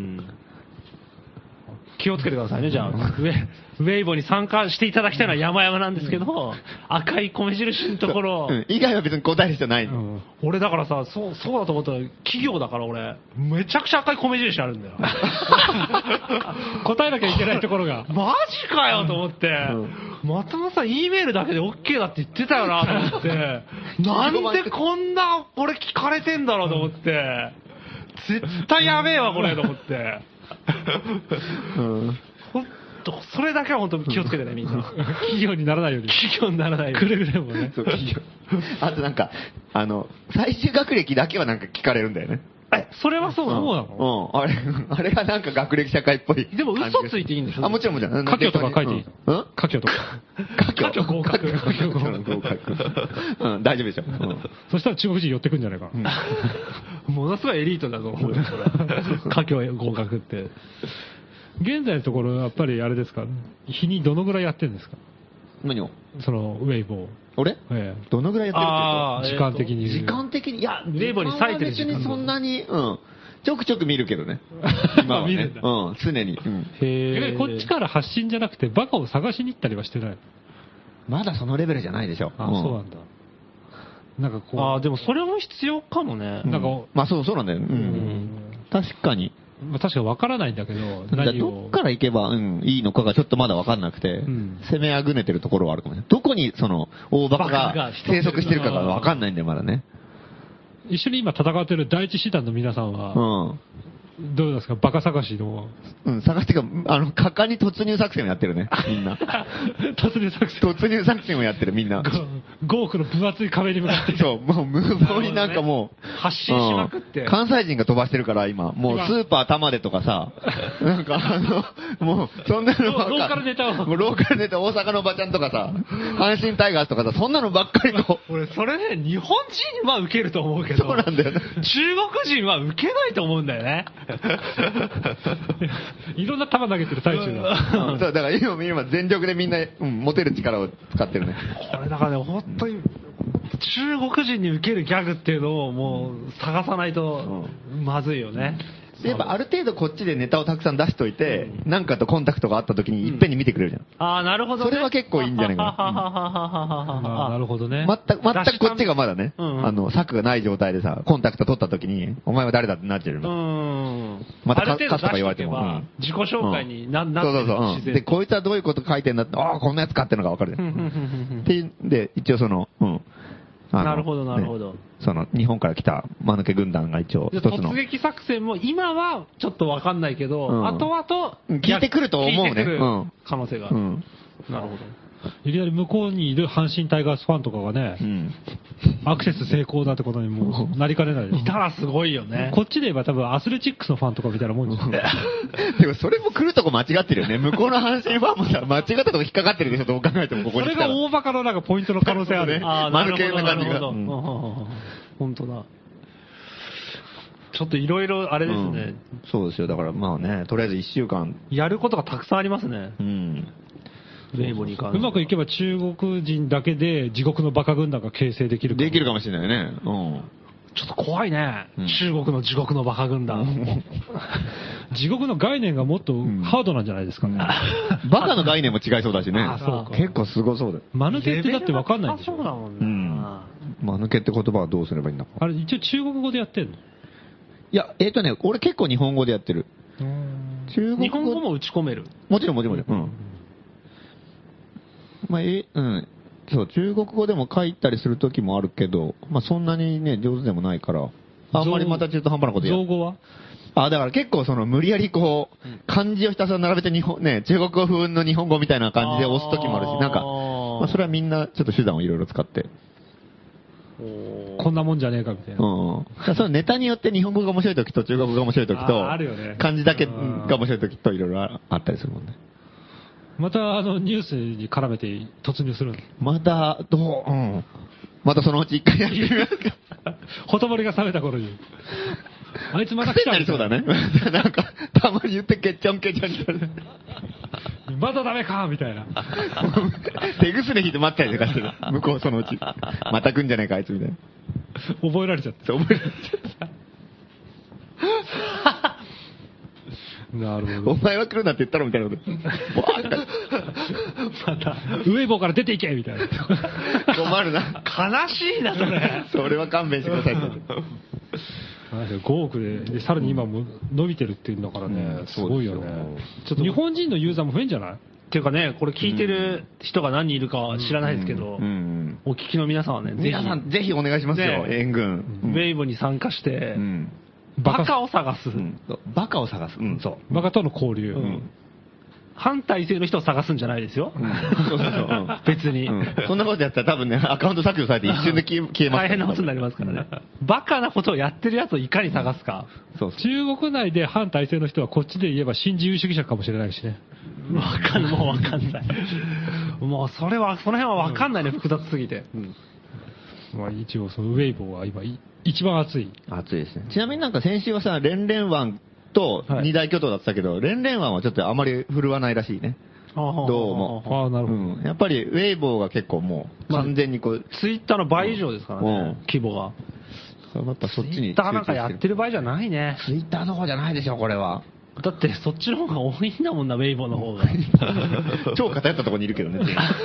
S3: 気をつけてくださいね、じゃあ。ウェイボーに参加していただきたいのは山々なんですけど、赤い米印のところ。
S1: 以外は別に答える必要ない。
S3: 俺だからさ、そうだと思ったら、企業だから俺、めちゃくちゃ赤い米印あるんだよ。
S4: 答えなきゃいけないところが。
S3: マジかよと思って、松本さん、E メールだけで OK だって言ってたよなと思って、なんでこんな俺聞かれてんだろうと思って、絶対やべえわ、これと思って。それだけは本当に気をつけてね、みんな。
S4: 企業にならないように。
S3: 企業にならないように。
S4: くれぐれもね。
S1: あとなんか、最終学歴だけはなんか聞かれるんだよね。
S3: それはそうなの？
S1: あれがなんか学歴社会っぽい。
S3: でも嘘ついていいんでしょ？
S1: もちろんもちろん。
S4: 家境とか書いていい？家境とか。
S3: 家境合格。
S1: 大丈夫でしょ。
S4: そしたら中国人寄ってくんじゃないか。
S3: ものすごいエリートだと思うよ、それ。家境合格って。
S4: 現在のところ、やっぱりあれですか、日にどのぐらいやってるんですか？
S1: 何を？
S4: その、ウェイボー。
S1: 俺？どのぐらいやってるって
S4: 時間的に。
S1: 時間的に、いや、
S3: ウェイボーに割いてる時間。
S1: 別にそんなに、ちょくちょく見るけどね。今はね。常に。
S4: こっちから発信じゃなくて、バカを探しに行ったりはしてない？
S1: まだそのレベルじゃないでしょ。
S4: そうなんだ。なんかこ
S3: う。でもそれも必要かもね。
S1: なんか、まあそうなんだよ。確かに。
S4: 確かに分からないんだけど、
S1: どっから行けば、いいのかがちょっとまだ分かんなくて、攻めあぐねてるところはあるかもしれない。どこにその大バカが生息してるかが分かんないんだよ、まだね。
S4: 一緒に今戦ってる第一師団の皆さんは、どうですか、バカ探しの。
S1: 探してか、果敢に突入作戦をやってるね、みんな。
S4: 突入
S1: 作戦をやってる、みんな。
S4: 5億の分厚い壁に向かって。
S1: そう、もう無謀になんかもう、
S3: 発信しまくって。
S1: 関西人が飛ばしてるから、今。もうスーパー玉でとかさ、なんかもう、そんなのばっか。
S4: ローカルネタを。
S1: ローカルネタ、大阪のおばちゃんとかさ、阪神タイガースとかさ、そんなのばっかりと。
S3: 俺、それね、日本人は受けると思うけど。
S1: そうなんだよね。
S3: 中国人は受けないと思うんだよね。
S4: いろんな球投げてる最中だ。
S1: そう、だから今全力でみんな、持てる力を使ってるね。
S3: これだからね、本当に、中国人に受けるギャグっていうのをもう探さないとまずいよね。
S1: やっぱある程度こっちでネタをたくさん出しといて、なんかとコンタクトがあった時にいっぺんに見てくれるじゃん。
S3: なるほどね。
S1: それは結構いいんじゃないか
S4: な。なるほどね。
S1: 全くこっちがまだね、策がない状態でさ、コンタクト取った時に、お前は誰だってなっちゃうよ。また勝つとか言われても。
S3: 自己紹介になってる。
S1: そう。で、こいつはどういうこと書いてんだって、こんなやつかってのがわかるじゃん。っていうんで、一応その、
S3: なるほど、なるほど。
S1: その、日本から来た間抜け軍団が一応、一つの。
S3: 突撃作戦も今はちょっとわかんないけど、後々、
S1: 聞いてくると思うね。
S3: 可能性がある。なるほど。
S4: いきなり向こうにいる阪神タイガースファンとかがね、アクセス成功だってことにもうなりかねない。
S3: いたらすごいよね。
S4: こっちで言えば多分アスレチックスのファンとかみたいなもんですよ。
S1: でもそれも来るとこ間違ってるよね。向こうの阪神ファンもさ、間違ったとこ引っかかってるでしょ、どう考えてもここに来たら。
S4: それが大バカのなんかポイントの可能性あるね。
S1: 間抜けな感じが。
S3: 本当だ。ちょっといろいろあれですね、
S1: そうですよ。だからまあね、とりあえず1週間。
S3: やることがたくさんありますね。
S1: うん。
S3: ウェイボに関して。
S4: うまくいけば中国人だけで地獄のバカ軍団が形成できる
S1: できるかもしれないね。うん。
S3: ちょっと怖いね。中国の地獄のバカ軍団。
S4: 地獄の概念がもっとハードなんじゃないですかね。
S1: バカの概念も違いそうだしね。
S3: あ、そうか。
S1: 結構すごそうだよ。
S4: 間抜けってだって分かんないんでしょ。
S3: そうだもんな。
S1: 間抜けって言葉はどうすればいいんだか。
S4: あれ一応中国語でやってんの？
S1: いや、俺結構日本語でやってる。
S3: 中国語日本語も打ち込める。
S1: もちろん。うん。まあ、そう、中国語でも書いたりするときもあるけど、まあそんなにね、上手でもないから、あんまりまた中途半端なことやる。
S4: 造語は？
S1: だから結構無理やりこう、漢字をひたすら並べて中国語風の日本語みたいな感じで押すときもあるし、なんか、まあそれはみんなちょっと手段をいろいろ使って。
S4: こんなもんじゃねえかみたいな。
S1: そのネタによって日本語が面白いときと中国語が面白いときと、漢字だけが面白いときといろいろあったりするもんね。
S4: またニュースに絡めて突入するの？
S1: またそのうち一回やってみますか。
S4: ほとぼりが冷めた頃に。あいつまた来た。
S1: なりそうだね。なんか、たまに言ってケチョンケチョンになる。
S4: まだダメかみたいな。
S1: 手ぐすね引いて待ったりとかしてる。向こうそのうち。また来んじゃねえかあいつみたいな。
S4: 覚えられちゃった。なるほど。
S1: お前は来るなって言ったろみたいなこと。
S4: また、ウェイボーから出ていけみたいな。
S1: 困るな。
S3: 悲しいな、それ。
S1: それは勘弁してください。
S4: 5億で、さらに今も伸びてるっていうんだからね、すごいよね。ちょっと日本人のユーザーも増えんじゃない？
S3: っていうかね、これ聞いてる人が何人いるかは知らないですけど、お聞きの皆さんはね、
S1: 皆さんぜひお願いしますよ、援軍。
S3: ウェイボに参加して、バカを探す。
S1: バカを探す。
S4: そう。バカとの交流。
S3: 反体制の人を探すんじゃないですよ。別に。
S1: そんなことやったら多分ね、アカウント削除されて一瞬で消えます。
S3: 大変なことになりますからね。バカなことをやってるやつをいかに探すか。
S4: 中国内で反体制の人はこっちで言えば新自由主義者かもしれないしね。
S3: もうわかんない。もうその辺はわかんないね、複雑すぎて。
S4: まあ一応そのウェイボーは今一番熱い。
S1: 熱いですね。ちなみになんか先週はさ、連々湾と二大巨頭だったけど、連々湾はちょっとあまり振るわないらしいね。どうも。
S4: なるほど。
S1: やっぱりウェイボーが結構もう完全にこう。
S3: ツイッターの倍以上ですからね、規模が。
S1: やっぱそっちに。
S3: ツイッターなんかやってる場合じゃないね。
S1: ツイッターの方じゃないでしょ、これは。
S3: だってそっちの方が多いんだもんな、ウェイボーの方が。
S1: 超偏ったところにいるけどね。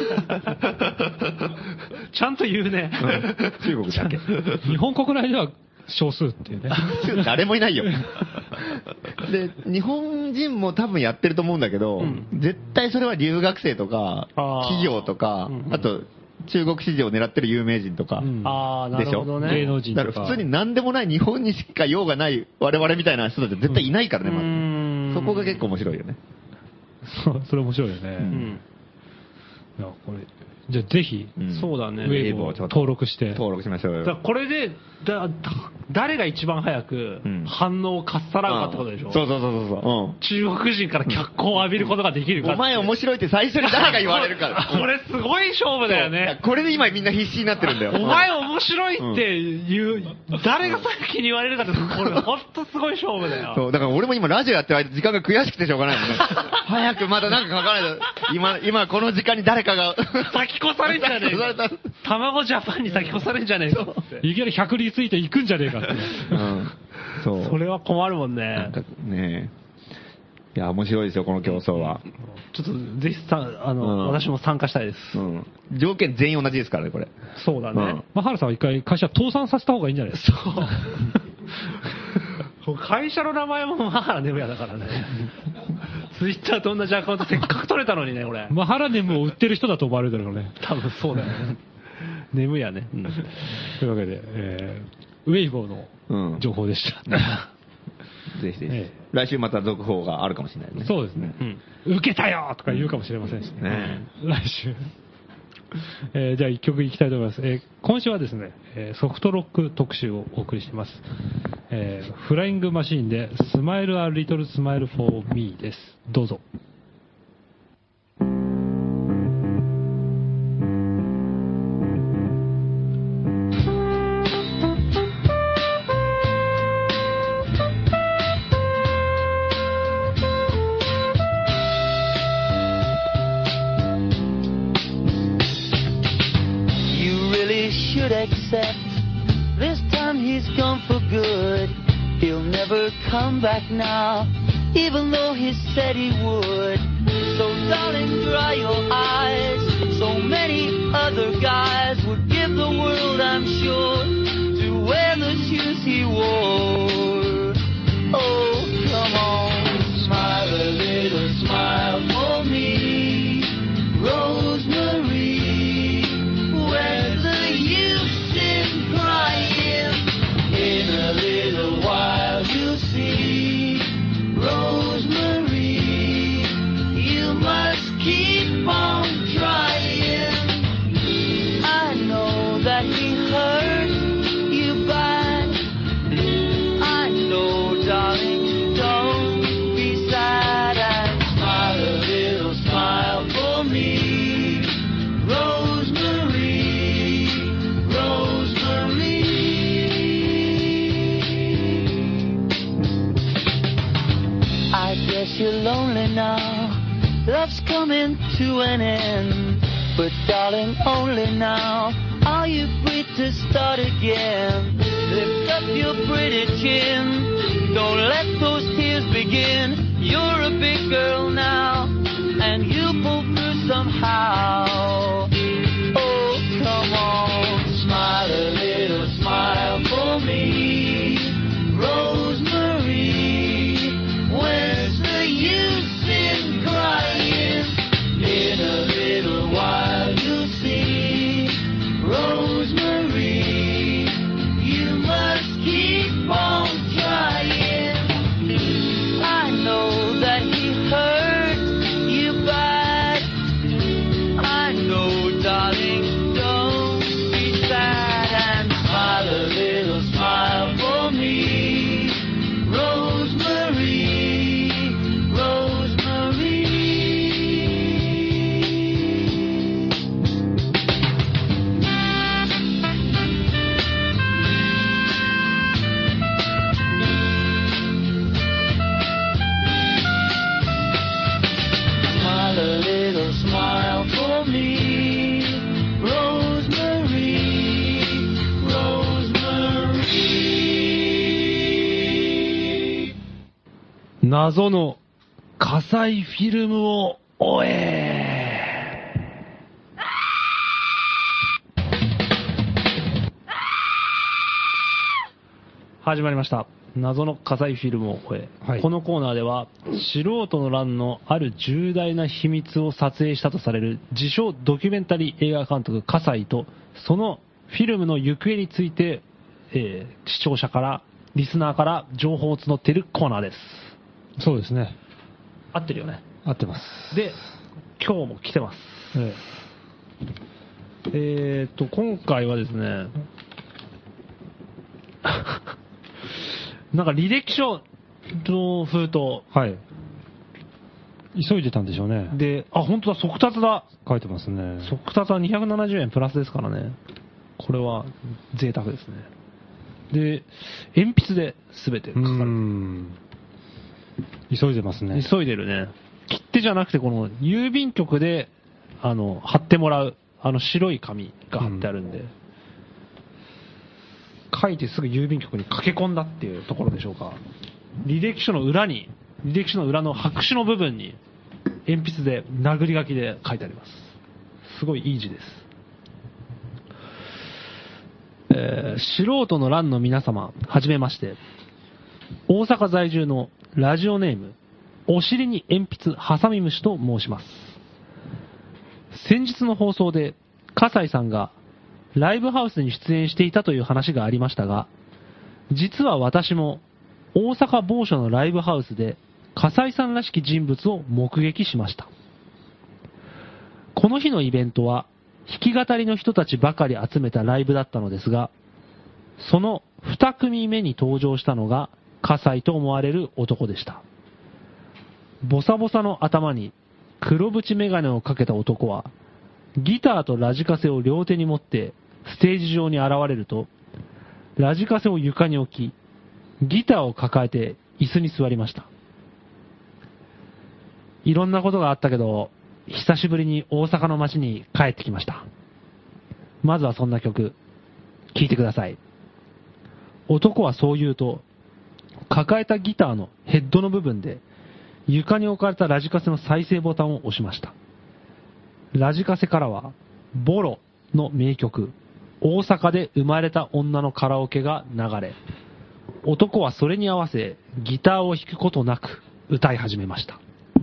S3: ちゃんと言うね。
S1: 中国だけ。
S4: 日本国内では少数っていうね。
S1: 誰もいないよ。で、日本人も多分やってると思うんだけど、絶対それは留学生とか、企業とか、あと、中国市場を狙ってる有名人とか、でしょ、
S4: 芸能人とか。
S1: だから普通に何でもない日本にしか用がない我々みたいな人たちは絶対いないからね、まず。そこが結構面白いよね。
S4: それ面白いよね。いや、これ、じゃあぜひ、
S3: そうだね。
S4: ウェイボー登録して。
S1: 登録しましょうよ。
S3: これで、誰が一番早く反応をかっさらうかってことでしょ。
S1: そう。
S3: 中国人から脚光を浴びることができるか。
S1: お前面白いって最初に誰が言われるから。
S3: これすごい勝負だよね。
S1: これで今みんな必死になってるんだよ。
S3: お前面白いって言う、誰が先に言われるかって、これほんとすごい勝負だよ。
S1: そう、だから俺も今ラジオやってる間時間が悔しくてしょうがないもんね。早くまだなんか書かないと、今この時間に誰かが。
S3: 先越されんじゃねえか。卵ジャパンに先越されんじゃねえか。
S4: いきなり100リツイート行くんじゃねえかって。
S3: そう。それは困るもんね。
S1: なんかね。いや、面白いですよ、この競争は。
S3: ちょっと、ぜひ私も参加したいです。
S1: 条件全員同じですからね、これ。
S3: そうだね。
S4: 原さんは一回会社倒産させた方がいいんじゃないですか。
S3: そう。会社の名前もマハラネムヤだからね。ツイッターと同じアカウントせっかく取れたのにね、俺。
S4: マハラネムを売ってる人だと思われるだろうね。
S3: 多分そうだよね。ネムヤね。
S4: というわけで、ウェイボーの情報でした。
S1: ぜひぜひ。来週また続報があるかもしれないね。
S4: そうですね。受けたよとか言うかもしれませんしね。来週。 じゃあ一曲いきたいと思います。今週はですね、ソフトロック特集をお送りしています。フライングマシーンでスマイルアリトルスマイルフォーミーです。どうぞ。
S2: This time he's gone for good. He'll never come back now, even though he said he would. So darling, dry your eyes. So many other guys would give the world, I'm sure, to wear the shoes he wore. Oh, come on, smile a little smile for me, Rosemary. Where's the use in crying? In a little while you'll see, Rosemary, you must keep on trying. I know that he hurt you bad. I know, darling, don't be sad and smile a little smile for me, Rosemary. I guess you're lonely now, love's coming to an end. But darling, only now are you free to start again. Lift up your pretty chin, don't let those tears begin. You're a big girl now, and you'll pull through somehow. Oh, come on, smile a little smile for me, Rosemary. Where's the use in crying? In a little while you'll see, Rosemary, you must keep on trying. I know that he hurt you bad. I know, darling, don't be sad and smile a little smile for me, Rosemary. Smile a little smile for me, Rosemary, Rosemary.
S3: 謎の火災フィルムを追え。始まりました。謎の火災フィルムを追え、
S4: はい、
S3: このコーナーでは素人の乱のある重大な秘密を撮影したとされる自称ドキュメンタリー映画監督葛西とそのフィルムの行方について、視聴者からリスナーから情報を募っているコーナーです。
S4: そうですね。
S3: 合ってるよね。
S4: 合ってます。
S3: で、今日も来てます。今回はですね、なんか履歴書の封筒。
S4: はい。急いでたんでしょうね。
S3: で、あ、本当だ、速達だ。
S4: 書いてますね。
S3: 速達は270円プラスですからね。これは贅沢ですね。で、鉛筆で全て書かれてる。
S4: 急いでますね。
S3: 急いでるね。切手じゃなくて、この郵便局で、貼ってもらう、白い紙が貼ってあるんで、書いてすぐ郵便局に駆け込んだっていうところでしょうか。履歴書の裏の白紙の部分に、鉛筆で殴り書きで書いてあります。すごいいい字です。素人の乱の皆様、はじめまして。大阪在住のラジオネーム、お尻に鉛筆ハサミムシと申します。先日の放送で、葛西さんがライブハウスに出演していたという話がありましたが、実は私も大阪某所のライブハウスで葛西さんらしき人物を目撃しました。この日のイベントは弾き語りの人たちばかり集めたライブだったのですが、その2組目に登場したのが葛西と思われる男でした。ボサボサの頭に黒縁メガネをかけた男は、ギターとラジカセを両手に持ってステージ上に現れると、ラジカセを床に置き、ギターを抱えて椅子に座りました。いろんなことがあったけど、久しぶりに大阪の街に帰ってきました。まずはそんな曲、聴いてください。男はそう言うと、抱えたギターのヘッドの部分で、床に置かれたラジカセの再生ボタンを押しました。ラジカセからは、ボロの名曲、大阪で生まれた女のカラオケが流れ、男はそれに合わせギターを弾くことなく歌い始めました。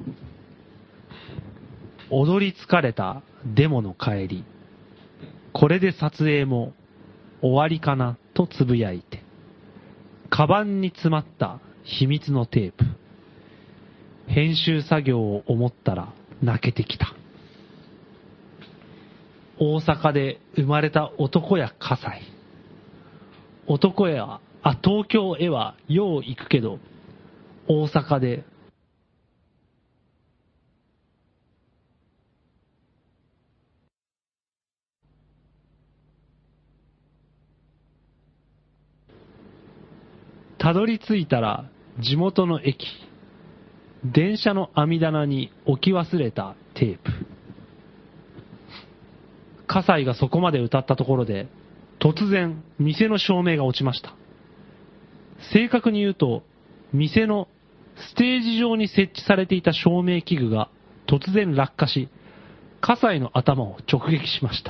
S3: 踊り疲れたデモの帰り、これで撮影も終わりかなとつぶやいて、カバンに詰まった秘密のテープ、編集作業を思ったら泣けてきた。大阪で生まれた男や葛西。東京へはよう行くけど、大阪でたどり着いたら地元の駅、電車の網棚に置き忘れたテープ。葛西がそこまで歌ったところで、突然店の照明が落ちました。正確に言うと、店のステージ上に設置されていた照明器具が突然落下し、葛西の頭を直撃しました。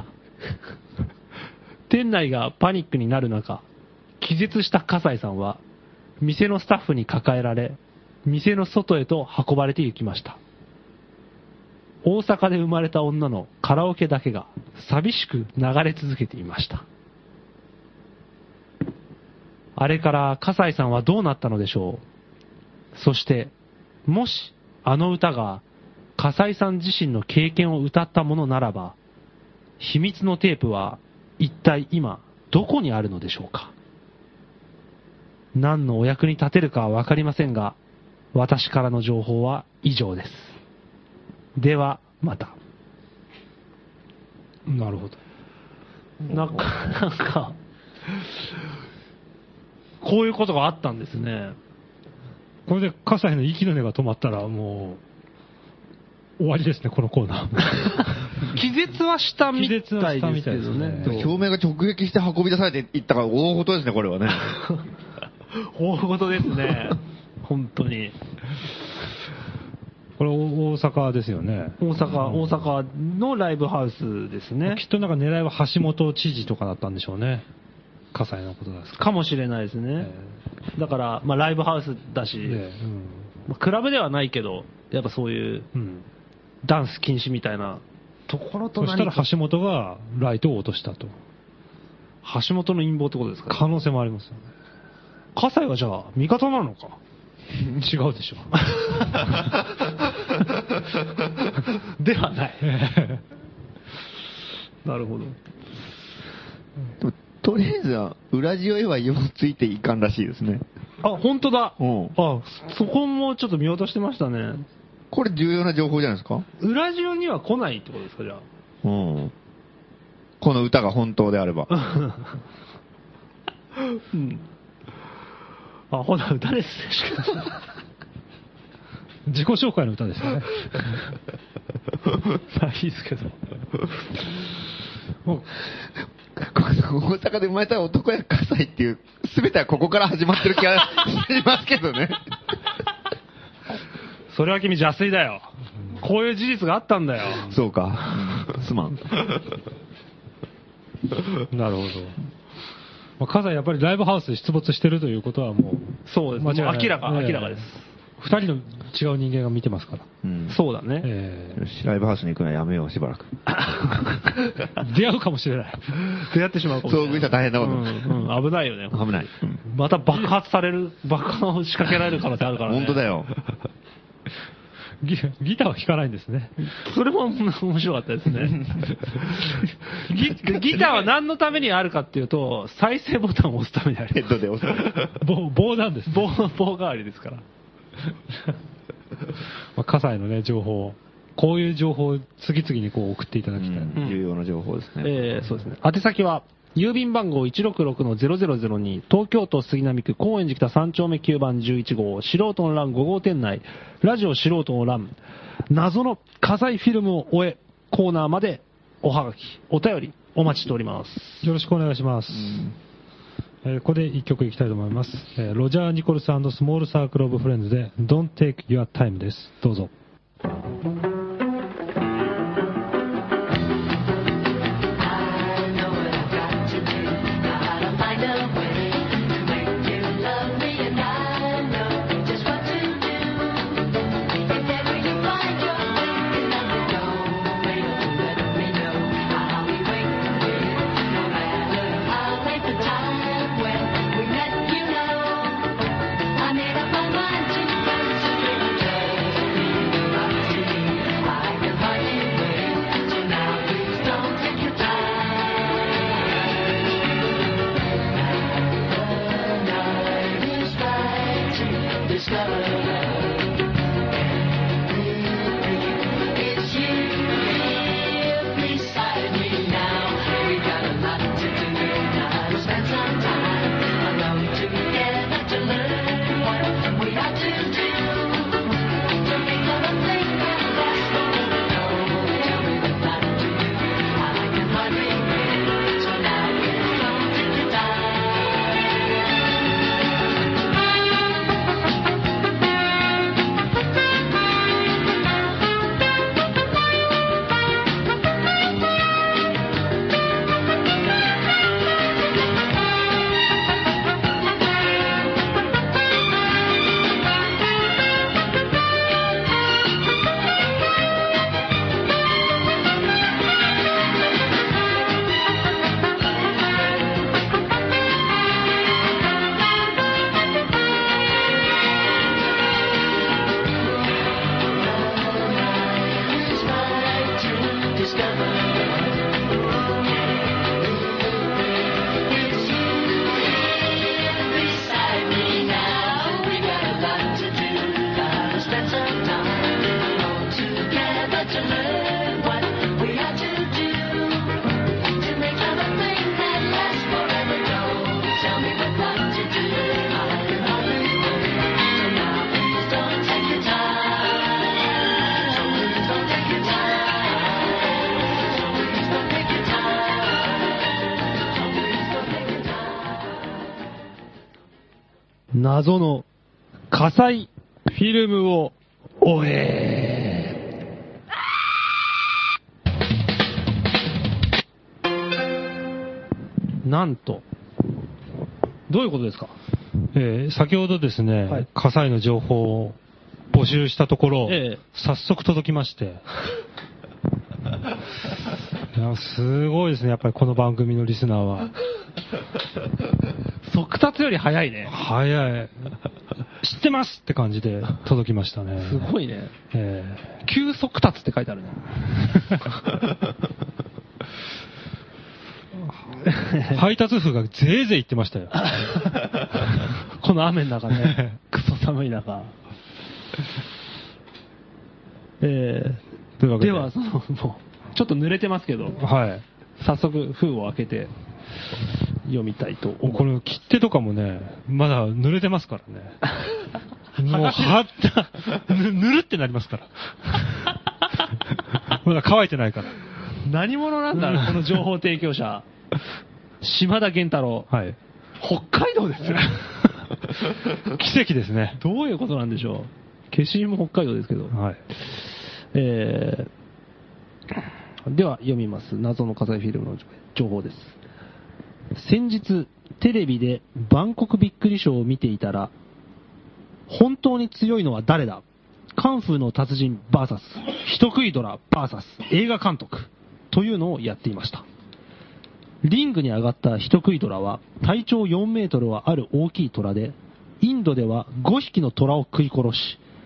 S3: 店内がパニックになる中、気絶した葛西さんは、店のスタッフに抱えられ、店の外へと運ばれて行きました。大阪で生まれた女のカラオケだけが寂しく流れ続けていました。あれから葛西さんはどうなったのでしょう。そして、もしあの歌が葛西さん自身の経験を歌ったものならば、秘密のテープは一体今どこにあるのでしょうか。何のお役に立てるかはわかりませんが、私からの情報は以上です。では、また。
S4: なるほど。
S3: なんか、こういうことがあったんですね。
S4: これで葛西の息の根が止まったらもう終わりですね、このコーナー。
S3: 気絶はしたみたいですけどね。
S1: 表面が直撃して運び出されていったから大事ですね、これはね。
S3: 大事ですね。本当に。
S4: これ大阪ですよね。
S3: 大阪のライブハウスですね。
S4: きっとなんか狙いは橋本知事とかだったんでしょうね。葛西のことです
S3: かもしれないですね。だから、まあライブハウスだし、クラブではないけど、やっぱそういう、ダンス禁止みたいなところと何か。
S4: そしたら橋本がライトを落としたと。
S3: 橋本の陰謀ってことですか？
S4: 可能性もありますよね。
S3: 葛西はじゃあ味方なのか？
S4: 違うでしょ。
S3: ではない。なるほど。
S1: とりあえずは、裏地へはようついていかんらしいですね。
S3: あ、本当だ。あ、そこもちょっと見落としてましたね。
S1: これ重要な情報じゃないですか？
S3: 裏地には来ないってことですか、じゃあ。
S1: この歌が本当であれば。
S3: あ、ほな、歌ですね。
S4: 自己紹介の歌ですよね。
S3: いいですけど。
S1: もう大阪で生まれた男や葛西っていう、すべてはここから始まってる気がしますけどね。
S3: それは君邪推だよ。こういう事実があったんだよ。
S1: そうか。すまん。
S4: なるほど。まあ、葛西やっぱりライブハウスで出没してるということはもう、
S3: そうです。明らかです。
S4: 二人の違う人間が見てますから。
S3: そうだね。
S1: よし、ライブハウスに行くのはやめよう、しばらく。
S4: 出会うかもしれない。
S3: 出会ってしまうかもしれない。
S1: 遭遇したら大変なこと。
S3: 危ないよね。
S1: 危ない。
S3: また爆破を仕掛けられる可能性あるからね。
S1: 本当だよ。
S4: ギターは弾かないんですね。
S3: それも面白かったですね。ギターは何のためにあるかっていうと、再生ボタンを押すためにある。
S1: ヘッドで押す。
S4: 棒なんです、ね。
S3: 棒代わりですから。
S4: 葛西のね、情報。こういう情報を次々にこう送っていただきたい。
S1: 重要な情報ですね。
S3: そうですね。宛先は、郵便番号 166-0002 東京都杉並区高円寺北3丁目9番11号素人の欄5号店内ラジオ素人の欄謎の火災フィルムを終えコーナーまでおはがきお便りお待ちしております。
S4: よろしくお願いします。ここで一曲いきたいと思います。ロジャー・ニコルス&スモール・サークル・オブ・フレンズで Don't Take Your Time です。どうぞ。謎の火災フィルムを終え。なんと、どういうことですか？先ほどですね、はい、火災の情報を募集したところ、早速届きまして。いやすごいですね、やっぱりこの番組のリスナーは。
S3: 速達より早いね。
S4: 早い。知ってますって感じで届きましたね。
S3: すごいね。急速達って書いてあるね。
S4: 配達夫がぜいぜい言ってましたよ。
S3: この雨の中ね。クソ寒い中。というわけで。では、もう、ちょっと濡れてますけど。
S4: はい。
S3: 早速封を開けて。読みたいと思う。
S4: この切手とかもね、まだ濡れてますからね。もう、ぬるってなりますから。まだ乾いてないから。
S3: 何者なんだろう、この情報提供者。島田源太郎。
S4: はい。
S3: 北海道ですよ。
S4: 奇跡ですね。
S3: どういうことなんでしょう。消印も北海道ですけど。
S4: はい。
S3: では読みます。謎の火災フィルムの情報です。先日テレビでバンコクびっくりショーを見ていたら、本当に強いのは誰だ、カンフーの達人 VS 人食いドラ VS 映画監督というのをやっていました。リングに上がった人食いドラは体長4メートルはある大きい虎で、インドでは5匹の虎を食い殺し、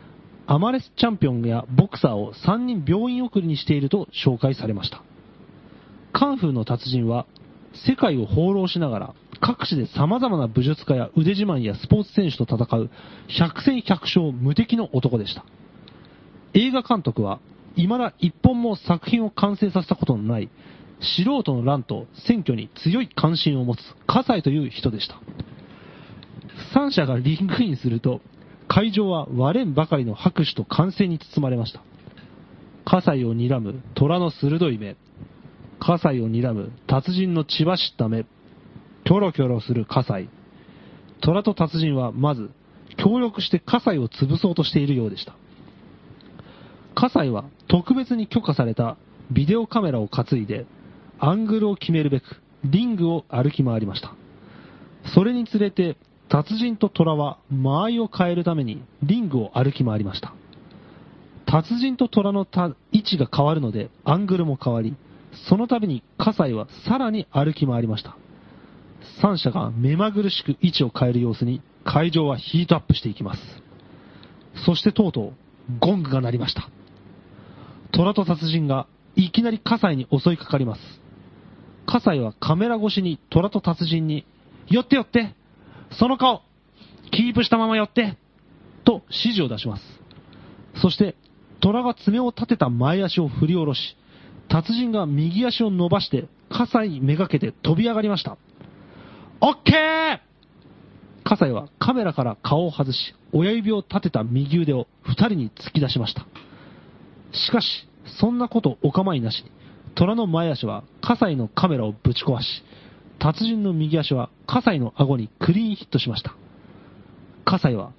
S5: アマレスチャンピオンやボクサーを3人病院送りにしていると紹介されました。カンフーの達人は世界を放浪しながら各地で様々な武術家や腕自慢やスポーツ選手と戦う百戦百勝無敵の男でした。映画監督は未だ一本も作品を完成させたことのない素人の乱と選挙に強い関心を持つ葛西という人でした。三者がリングインすると会場は割れんばかりの拍手と歓声に包まれました。葛西を睨む虎の鋭い目、葛西を睨む達人の血走った目、キョロキョロする葛西。虎と達人はまず協力して葛西を潰そうとしているようでした。葛西は特別に許可されたビデオカメラを担いでアングルを決めるべくリングを歩き回りました。それにつれて達人と虎は間合いを変えるためにリングを歩き回りました。達人と虎の位置が変わるのでアングルも変わり、その度に葛西はさらに歩き回りました。三者が目まぐるしく位置を変える様子に会場はヒートアップしていきます。そしてとうとうゴングが鳴りました。虎と達人がいきなり葛西に襲いかかります。葛西はカメラ越しに虎と達人に寄って寄ってその顔キープしたまま寄ってと指示を出します。そして虎が爪を立てた前足を振り下ろし、達人が右足を伸ばして葛西にめがけて飛び上がりました。オッケー！葛西はカメラから顔を外し、親指を立てた右腕を二人に突き出しました。しかしそんなことお構いなしに虎の前足は葛西のカメラをぶち壊し、達人の右足は葛西の顎にクリーンヒットしました。葛西は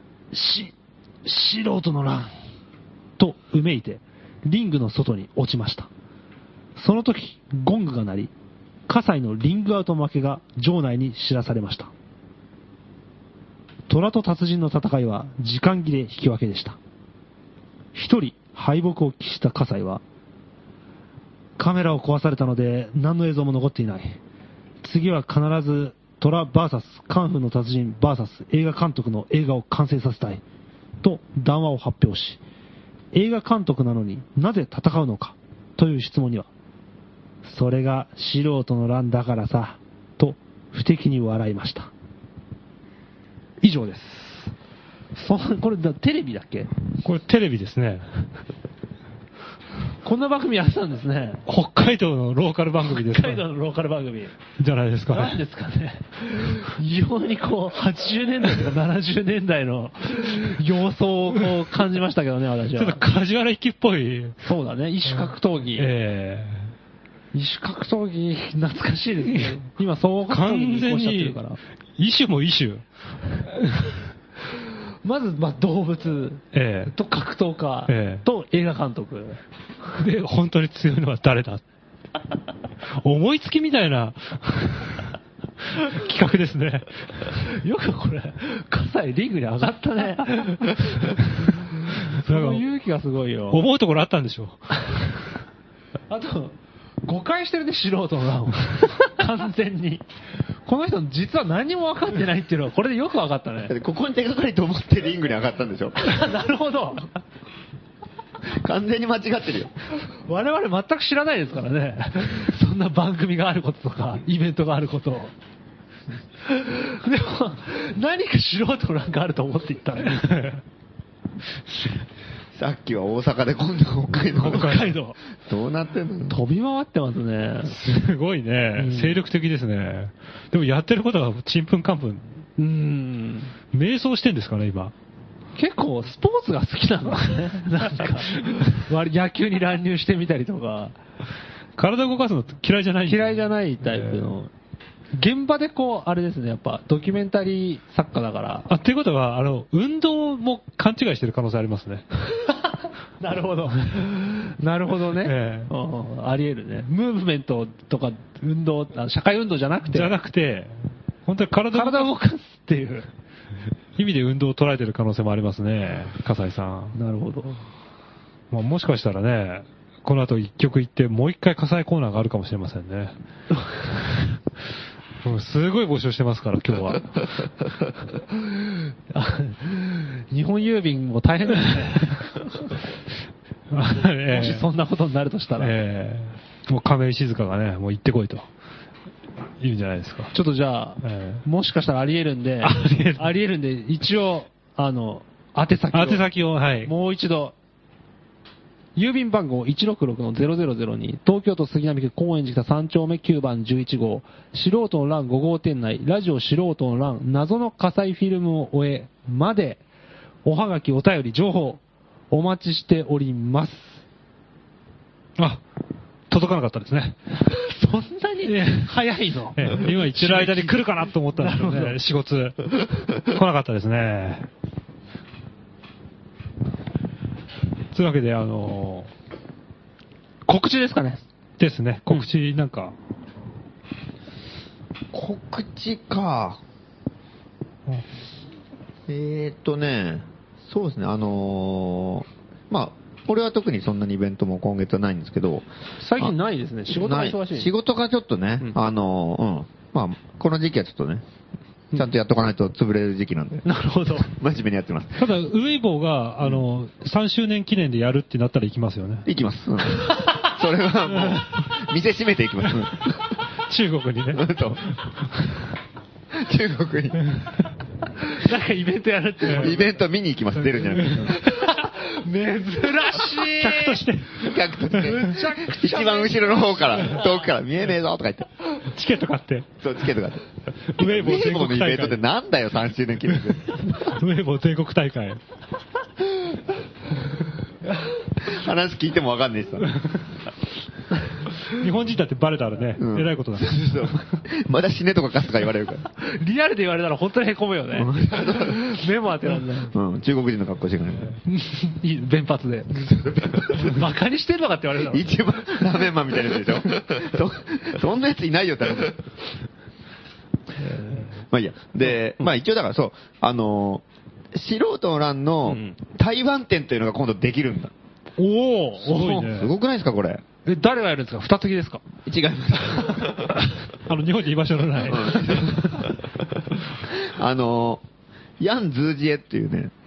S5: 素人の乱とうめいてリングの外に落ちました。その時ゴングが鳴り、葛西のリングアウト負けが場内に知らされました。虎と達人の戦いは時間切れ引き分けでした。一人敗北を喫した葛西は、カメラを壊されたので何の映像も残っていない。次は必ず虎 VS カンフーの達人 VS 映画監督の映画を完成させたいと談話を発表し、映画監督なのになぜ戦うのかという質問には、それが素人の乱だからさと不敵に笑いました。以上です。これテレビだっけ？
S4: これテレビですね。
S5: こんな番組やってたんですね。
S4: 北海道のローカル番組ですか？
S5: 北海道のローカル番組
S4: じゃないですかね。
S5: 何ですかね。非常にこう80年代とか70年代の様相をこう感じましたけどね、私は。
S4: ちょっと梶原一騎っぽい。
S5: そうだね、異種格闘技。異種格闘技懐かしいですね。今総合格闘技に移行しちゃってるから。
S4: 異種も異種。
S5: まず、動物と格闘家と映画監督。
S4: で、本当に強いのは誰だ？思いつきみたいな企画ですね。
S5: よくこれ、葛西リングに上がったね。その勇気がすごいよ。
S4: 思うところあったんでしょ。
S5: あと、誤解してるね、素人の乱を。完全に。この人実は何も分かってないっていうのはこれでよく分かったね。
S1: ここに手がかりと思ってリングに上がったんでしょ。
S5: なるほど。
S1: 完全に間違ってるよ。
S5: 我々全く知らないですからね。そんな番組があることとか、イベントがあることを。でも、何か素人なんかあると思っていったね。
S1: さっきは大阪で今度は北海道。
S5: 北海道。
S1: どうなってんの？
S5: 飛び回ってますね。
S4: すごいね。精力的ですね。でもやってることがちんぷんかんぷん。迷走してんですかね、今。
S5: 結構スポーツが好きなんだね。なんか、野球に乱入してみたりとか。
S4: 体動かすの嫌いじゃない？
S5: 嫌いじゃないタイプの。現場でこう、あれですね、やっぱドキュメンタリー作家だから。
S4: っていうことは、運動も勘違いしてる可能性ありますね。
S5: なるほど。なるほどね。あり得るね。ムーブメントとか運動、社会運動じゃなくて、
S4: 本当に体を
S5: 動かすっていう
S4: 意味で運動を捉えてる可能性もありますね、葛西さん。
S5: なるほど。
S4: もしかしたらね、この後一曲行ってもう一回葛西コーナーがあるかもしれませんね。 すごい募集してますから、今日は。
S5: 日本郵便も大変ですね。もしそんなことになるとしたら。
S4: もう亀井静香がね、もう行ってこいと。言うんじゃないですか。
S5: ちょっとじゃあ、もしかしたらあり得るんで、一応、宛
S4: 先を、はい。
S5: もう一度、郵便番号 166-0002、東京都杉並区高円寺北3丁目9番11号、素人の欄5号店内、ラジオ素人の欄、謎の火災フィルムを終え、まで、おはがき、お便り、情報、お待ちしております。
S4: あ、届かなかったですね。
S5: そんなに早いの？
S4: 今言ってる間に来るかなと思ったんですけどね、4月。来なかったですね。というわけで、
S5: 告知ですかね。
S4: ですね、告知なんか。
S1: 告知か。そうですね、まあ、俺は特にそんなにイベントも今月はないんですけど。
S5: 最近ないですね。仕事が忙しい。
S1: 仕事がちょっとね、まあ、この時期はちょっとね、ちゃんとやっとかないと潰れる時期なんで。
S5: なるほど。
S1: 真面目にやってます。
S4: ただ、ウェイボーが、3周年記念でやるってなったら行きますよね。
S1: 行きます。それはもう、店閉めていきます。
S4: 中国にね。
S1: 中国に。
S5: なんかイベントやるって。
S1: イベント見に行きます、出るんじゃなくて。
S5: 珍しい。
S4: 客として。
S1: 一番後ろの方から、遠くから見えねえぞとか言って。
S4: チケット買って。
S1: そう、チケット買って。
S4: ウェイボー全国大会。
S1: のイベントってなんだよ、3周年記念で。
S4: ウェイボー全国大会。
S1: 話聞いてもわかんねえしさ。
S4: 日本人だってバレたらね、えらいことだ。
S1: まだ死ねとかかすとか言われるから。
S5: リアルで言われたら本当に凹むよね。目も当てらんない。
S1: 中国人の格好してくれる。
S5: 弁髪で。バカにしてんのかって言われるだろ。
S1: 一番ラーメンマンみたいなやつでしょ。そんなやついないよって。まあいいや。で、まあ一応だからそう、素人の欄の台湾店というのが今度できるんだ。
S5: おお、
S4: すごいね。
S1: すごくないですか、これ。
S5: 誰がやるんですか？二継ぎですか？
S1: 違います。
S4: 日本に居場所のない。
S1: ヤン・ズージエっていうね、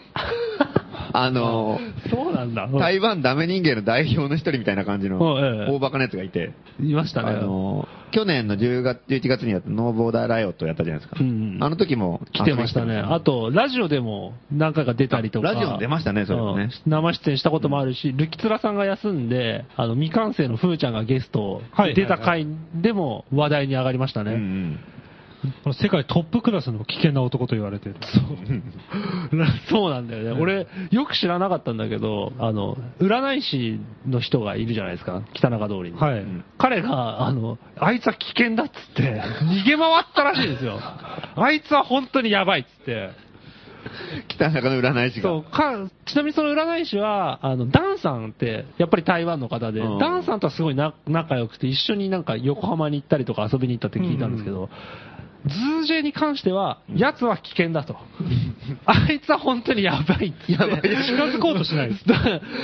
S5: そうなんだ。
S1: 台湾ダメ人間の代表の一人みたいな感じの大バカなやつがいて、
S5: いましたね。
S6: 去年の11月にやったノーボーダーライオットをやったじゃないですか。あの時も
S5: 来てましたね。あと、ラジオでも何回か出たりとか。
S1: ラジオも出ましたね、それもね。
S5: 生出演したこともあるし、ルキツラさんが休んで、未完成のふーちゃんがゲスト出た回でも話題に上がりましたね。
S4: 世界トップクラスの危険な男と言われてる。
S5: そうなんだよね。俺、よく知らなかったんだけど、占い師の人がいるじゃないですか、北中通りに。
S4: はい。
S5: 彼が、あいつは危険だっつって、逃げ回ったらしいんですよ。あいつは本当にやばいっつって。
S1: 北中の占い師が。
S5: そうちなみにその占い師は、ダンさんって、やっぱり台湾の方で、ダンさんとはすごい仲良くて、一緒になんか横浜に行ったりとか遊びに行ったって聞いたんですけど、ズージェに関しては、奴は危険だと。あいつは本当にやばいって。
S4: 近づこうとしないです。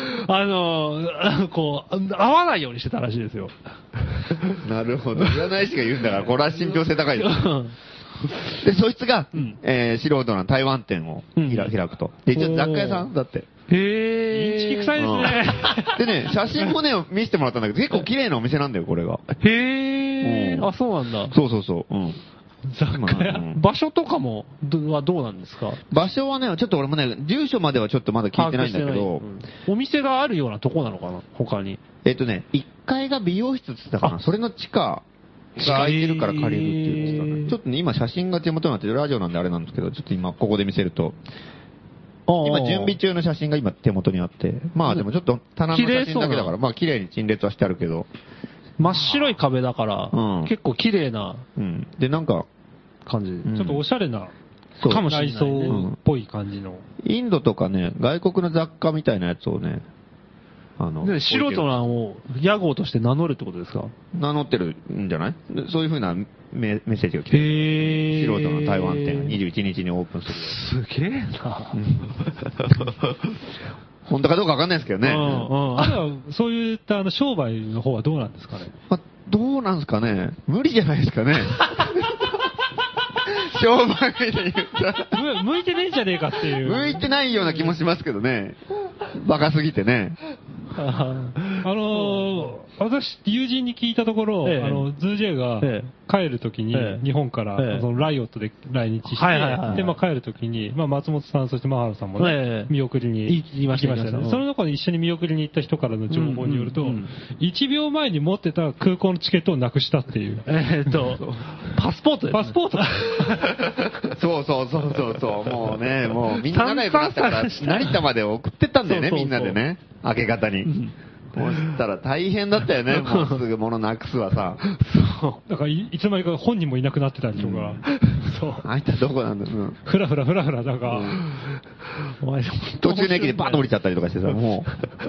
S5: こう、会わないようにしてたらしいですよ。
S1: なるほど。占い師が言うんだから、これは信憑性高いです。で、そいつが、素人の台湾店を開くと。で、一応雑貨屋さんだって。
S5: へ
S4: インチキ臭いですね。
S1: でね、写真もね、見せてもらったんだけど、結構綺麗なお店なんだよ、これが。
S5: へあ、そうなんだ。
S1: そうそうそう。
S5: 雑貨屋、場所とかもはどうなんですか？
S1: 場所はね、ちょっと俺もね、住所まではちょっとまだ聞いてないんだけど、
S5: お店があるようなとこなのかな、他に。
S1: 1階が美容室って言ったかな、それの地下が空いてるから借りるっていうんですかね。ちょっとね、今写真が手元になってるラジオなんであれなんですけど、ちょっと今ここで見せると、今準備中の写真が今手元にあって、まあでもちょっと棚の写真だけだから、まあ綺麗に陳列はしてあるけど、
S5: 真っ白い壁だから、結構綺麗な、
S1: で、なんか、
S5: 感じ。
S4: ちょっとおしゃれな、
S5: かもしれない、
S4: 内装っぽい感じの。
S1: インドとかね、外国の雑貨みたいなやつをね、
S5: 素人欄を屋号として名乗るってことですか？
S1: 名乗ってるんじゃない？そういう風なメッセージが来てる。素人の台湾店が21日にオープンする。
S5: すげえな。
S1: 本当かどうかわかんないですけどね。
S4: そういった商売の方はどうなんですかね。
S1: どうなんですかね。無理じゃないですかね。 商売で言ったら。
S4: 向いてねえんじゃねえかっていう。
S1: 向いてないような気もしますけどね。バカすぎてね。
S4: 私、友人に聞いたところ、ズージェイが帰るときに、日本から、そのライオットで来日して、で、帰るときに、松本さん、そしてマハラさんもね、見送りに行きましたね。その中で一緒に見送りに行った人からの情報によると、1秒前に持ってた空港のチケットをなくしたっていう。
S5: パスポート
S4: パスポート
S1: そう、もうみんな仲良くなったから、成田まで送ってったんだよね、みんなでね。明け方に。そしたら大変だったよね、もうすぐ物なくすわさ。
S4: そう。だからいつの間にか本人もいなくなってたりとか。
S1: そう。あいつはどこなんだろう。
S4: ふらふら、なんか、
S1: 途中の駅でバッと降りちゃったりとかしてさ、も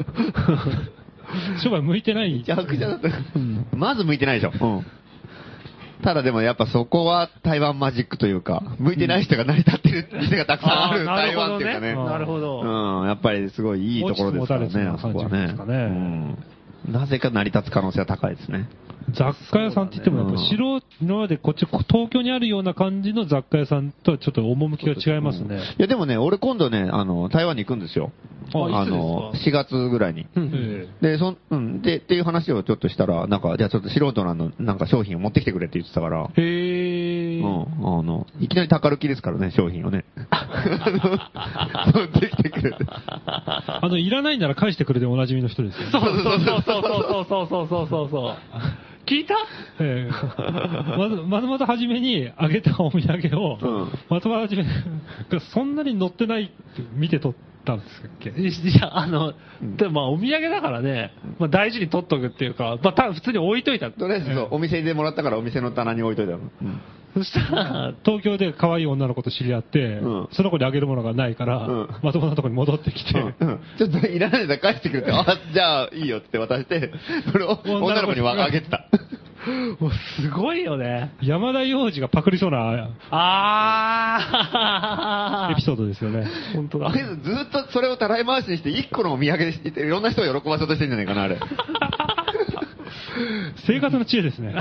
S4: う。商売向いてない。
S1: めちゃくちゃだった。まず向いてないでしょ。ただでもやっぱそこは台湾マジックというか、向いてない人が成り立ってる店がたくさんある台湾っていうかね。
S5: なるほど。
S1: やっぱりすごいいいところですからね、あそこはね。なぜか成り立つ可能性は高いですね。
S4: 雑貨屋さんって言っても、やっぱ白のでこっち、東京にあるような感じの雑貨屋さんとはちょっと趣が違いますね。
S1: いやでもね、俺今度ね、台湾に行くんですよ。4月ぐらいに。で、っていう話をちょっとしたら、なんか、じゃあちょっと素人のなんか商品を持ってきてくれって言ってたから。いきなり宝きですからね、商品をね。持ってきてくれて。
S4: いらないなら返してくれでおなじみの人ですよ。
S5: そう。聞いた
S4: まずはじめにあげたお土産を、まずはじめがそんなに載ってないって見て取ったんですっけ？
S5: いや、でもお土産だからね、大事に取っとくっていうか、普通に置いといた。
S1: とりあえずお店でもらったからお店の棚に置いといたの。
S4: そしたら、東京で可愛い女の子と知り合って、その子にあげるものがないから、まともなところに戻ってきて、
S1: ちょっといらないんだ、返してくれて、じゃあいいよって渡して、それを女の子にあげてた。
S5: もうすごいよね。
S4: 山田洋次がパクりそうな、エピソードですよね。
S5: 本当だ。
S1: ずっとそれをたらい回しにして、一個のお土産でして、いろんな人を喜ばせようとしてるんじゃないかな、あれ。
S4: 生活の知恵ですね。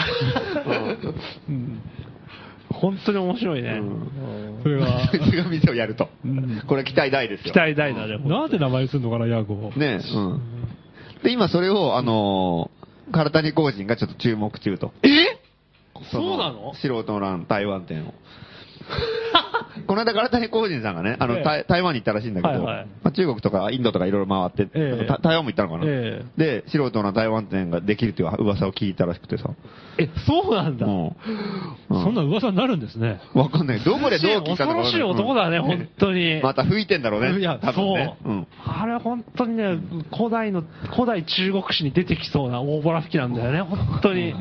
S5: 本当に面白いね。
S1: それは。そいつが店をやると。これは期待大ですよ。
S5: 期待大だね。
S4: なんで名前にするのかな、ヤゴ。
S1: ねで、今それを、唐谷工人がちょっと注目中と。
S5: そうなの？
S1: 素人の欄台湾店を。この間唐谷工人さんがね、台湾に行ったらしいんだけど、中国とかインドとかいろいろ回って、台湾も行ったのかな。で、素人の台湾店ができるという噂を聞いたらしくてさ。
S5: そうなんだ。
S4: そんな噂になるんですね。
S1: わかんない。どこでどう聞いたのか。
S5: 恐ろしい男だね、本当に。
S1: また吹いてんだろうね。
S5: いや、そう。あれ本当にね、古代中国史に出てきそうな大ボラ吹きなんだよね、本当に。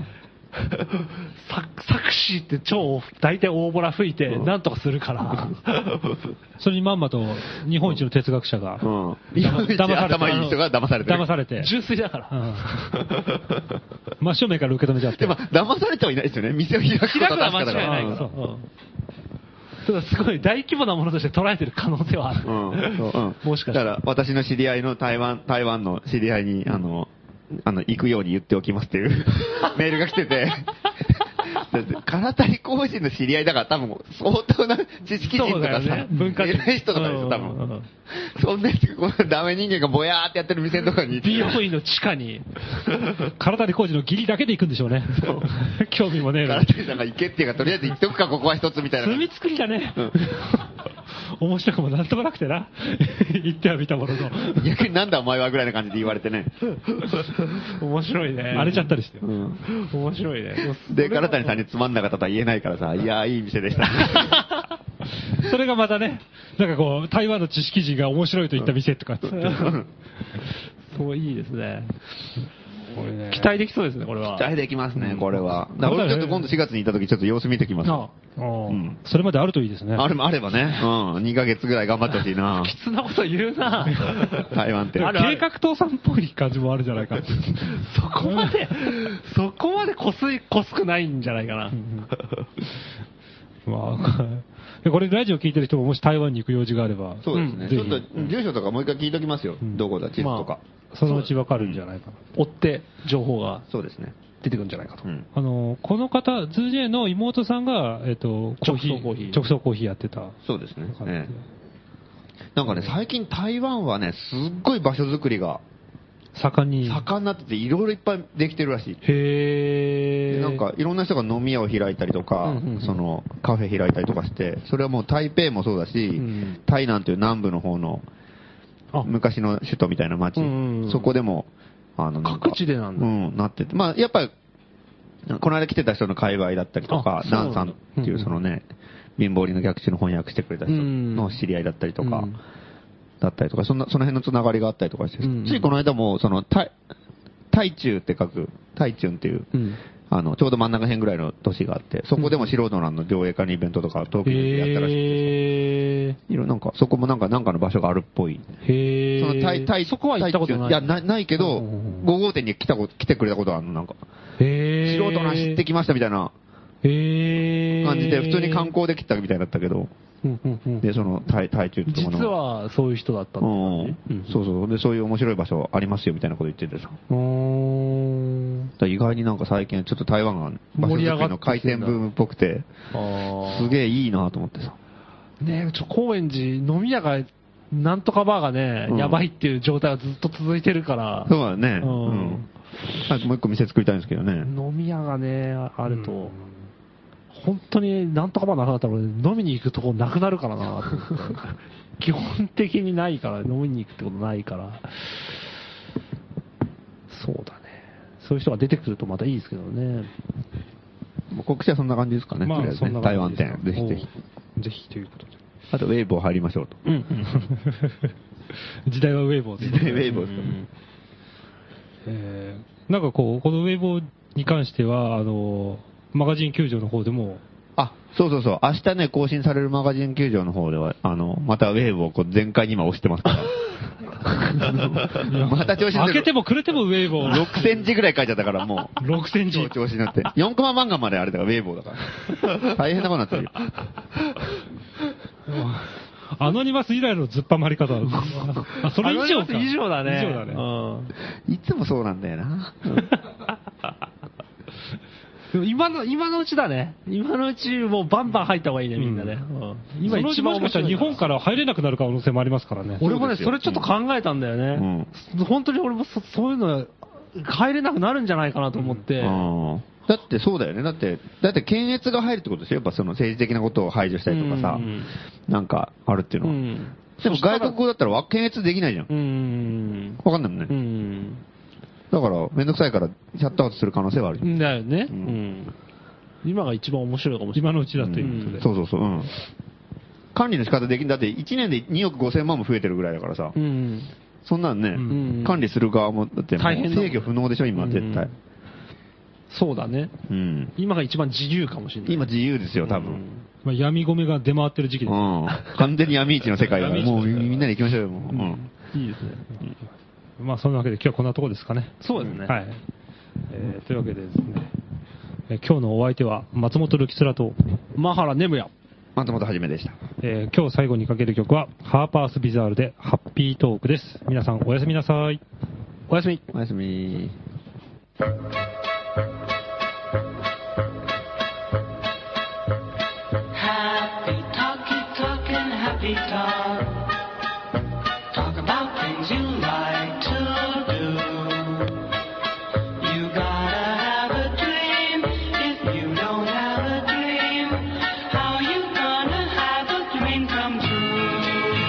S5: 作詞って大体大ボラ吹いてなんとかするから。
S4: それにまんまと日本一の哲学者が
S1: 頭いい人が騙されて。
S5: 純粋だから。
S4: 真正面から受け止めちゃって。
S1: でも騙されてはいないですよね。店を開くことは確かだから。
S5: 間違いないから。ただすごい大規模なものとして捉えてる可能性はある。もしかしたら。
S1: だから私の知り合いの台湾の知り合いに行くように言っておきますっていうメールが来てて、唐谷工人の知り合いだから多分相当な知識人とかさ、
S5: 文化人
S1: 偉い人とかですよ、多分。そんなやつがこのダメ人間がぼやーってやってる店とかに。
S5: 美容院の地下に。
S4: 唐谷工事の義理だけで行くんでしょうね。興味もねえ
S1: な。唐谷さんが行けっていうか、とりあえず行っとくか、ここは一つみたいな。
S4: 住み作りだね。面白くもなんともなくてな。行ってはみたものの。
S1: 逆になんだお前はぐらいな感じで言われてね。
S5: 面白いね。
S4: 荒れちゃったりして。
S5: 面白いね。
S1: で、唐谷さんにつまんなかったとは言えないからさ、いやーいい店でしたね。
S4: それがまたね、なんかこう、台湾の知識人が面白いと言った店とかっつって。
S5: そういいですね。期待できそうですね、これは。
S1: 期待できますね、これは。だから俺ちょっと今度4月に行った時ちょっと様子見てきます。
S4: それまであるといいですね。
S1: あればね。2ヶ月ぐらい頑張ってほしいな。
S5: きつなこと言うな。
S1: 台湾って。
S4: 計画倒産っぽい感じもあるじゃないか。
S5: そこまでこすくないんじゃないかな。
S4: まあ、これラジオ聞いてる人ももし台湾に行く用事があれば。
S1: そうですね。ちょっと住所とかもう一回聞いときますよ。どこだ、地図とか。
S4: そのうちわかるんじゃないかな。
S5: 追って情報が。
S1: そうですね。
S5: 出てくるんじゃないかと。
S4: この方、2J の妹さんが、直送コーヒーやってた。
S1: そうですね。なんかね、最近台湾はね、すっごい場所作りが盛んになってて、いろいろいっぱいできてるらしい。
S5: へー。
S1: なんかいろんな人が飲み屋を開いたりとか、そのカフェ開いたりとかして、それはもう台北もそうだし、台南という南部の方の昔の首都みたいな街、そこでも、
S5: 各地でなんだ。
S1: なってて。まあ、やっぱり、この間来てた人の界隈だったりとか、ナンさんっていうそのね、貧乏人の逆襲の翻訳してくれた人の知り合いだったりとか、その辺のつながりがあったりとかして、ついこの間も、その、台中って書く、台中っていう、ちょうど真ん中辺ぐらいの都市があって、そこでも素人欄の上映会のイベントとか、東京でやったらしくて、なんか、そこもなんかの場所があるっぽい。
S5: そのそこは行ったことない。
S1: いや、ないけど、5号店に来てくれたことはなんか、素人欄知ってきましたみたいな感じで、普通に観光できたみたいだったけど、で、その、台中ってところ
S5: 実はそういう人だったんだね。
S1: そうそう。で、そういう面白い場所ありますよみたいなこと言っててさ。意外になんか最近ちょっと台湾が場所作りの回転ブームっぽくて、すげえいいなと思ってさ。
S5: ねえ、高円寺、飲み屋が、なんとかバーがね、やばいっていう状態がずっと続いてるから。
S1: そうだね。もう一個店作りたいんですけどね。
S5: 飲み屋がね、あると。本当になんとかバーなかったら俺飲みに行くとこなくなるからな基本的にないから、飲みに行くってことないから。そうだね。そういう人が出てくるとまたいいですけどね。
S1: 告知はそんな感じですかね。
S4: まあ、そんな
S1: 台湾店。ぜひぜひ。
S4: ぜひということで。
S1: あと、ウェイボー入りましょうと。
S4: 時代はウェイボーです。
S1: 時代ウェイボーです。
S4: なんかこのウェイボーに関しては、マガジン球場の方でも、
S1: そう。明日ね、更新されるマガジン球場の方では、またウェーブを全開に今押してますから。また調子に乗って。
S4: 開けてもくれてもウェーブを。
S1: 6センチぐらい書いちゃったからもう。
S4: 6センチ。
S1: 調子に乗って。4コマ漫画まであれだから、ウェーブだから。大変なことになってるよ。
S4: アノニマス以来のずっぱまり方。それ以上か。
S5: 以上だね。
S1: 以上だね。いつもそうなんだよな。
S5: 今のうちだね。今のうちもうバンバン入った方がいいね、みんなね。
S4: 今一番もしかしたら日本から入れなくなる可能性もありますからね。
S5: 俺もね、それちょっと考えたんだよね。本当に俺もそういうの入れなくなるんじゃないかなと思って。
S1: だってそうだよね。だって検閲が入るってことですよ。やっぱその政治的なことを排除したりとかさ、なんかあるっていうのは。でも外国語だったら検閲できないじゃん。わかんないもんね。だから、めんどくさいから、シャットアウトする可能性はある。
S5: だよね。今が一番面白いかもしれない。
S4: 今のうちだということで。
S1: そう。管理の仕方できんだって、1年で2億5千万も増えてるぐらいだからさ。そんなんね、管理する側も、だって制御不能でしょ、今、絶対。
S5: そうだね。今が一番自由かもしれない。
S1: 今自由ですよ、多分。
S4: 闇米が出回ってる時期です。
S1: 完全に闇市の世界だから、もうみんなで行きましょうよ、も
S5: う。いいですね。
S4: まあ、そんなわけで今日はこんなとこですかね。
S5: そうですね。
S4: はい。というわけでですね、今日のお相手は松本るきつらと
S5: マハラネムヤ。
S1: 松本はじめでした。
S4: 今日最後にかける曲はハーパースビザールでハッピートークです。皆さんおやすみなさい。
S5: おやすみ。
S1: おやすみ。
S2: Happy talking, happy talk about things you like to do. You gotta have a dream. If you don't have a dream, how you gonna have a dream come true?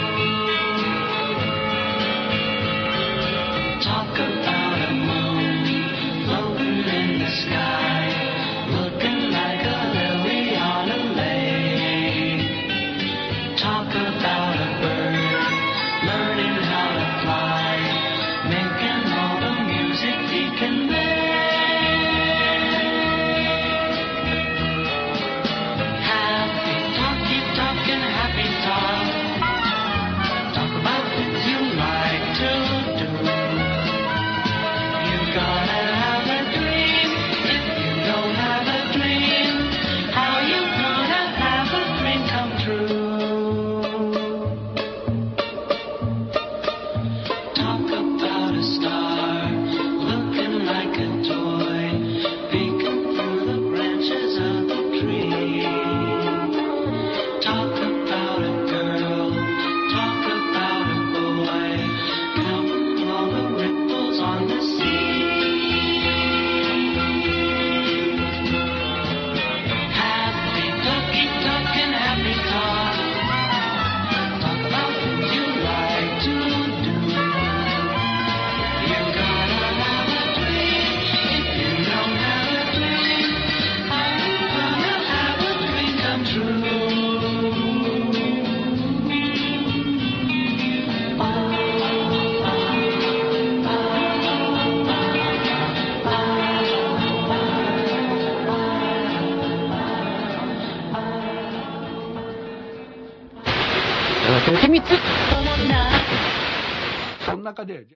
S2: Talk about a moon floating in the sky, looking like a lily on a lake. Talk about a 密。
S7: その中で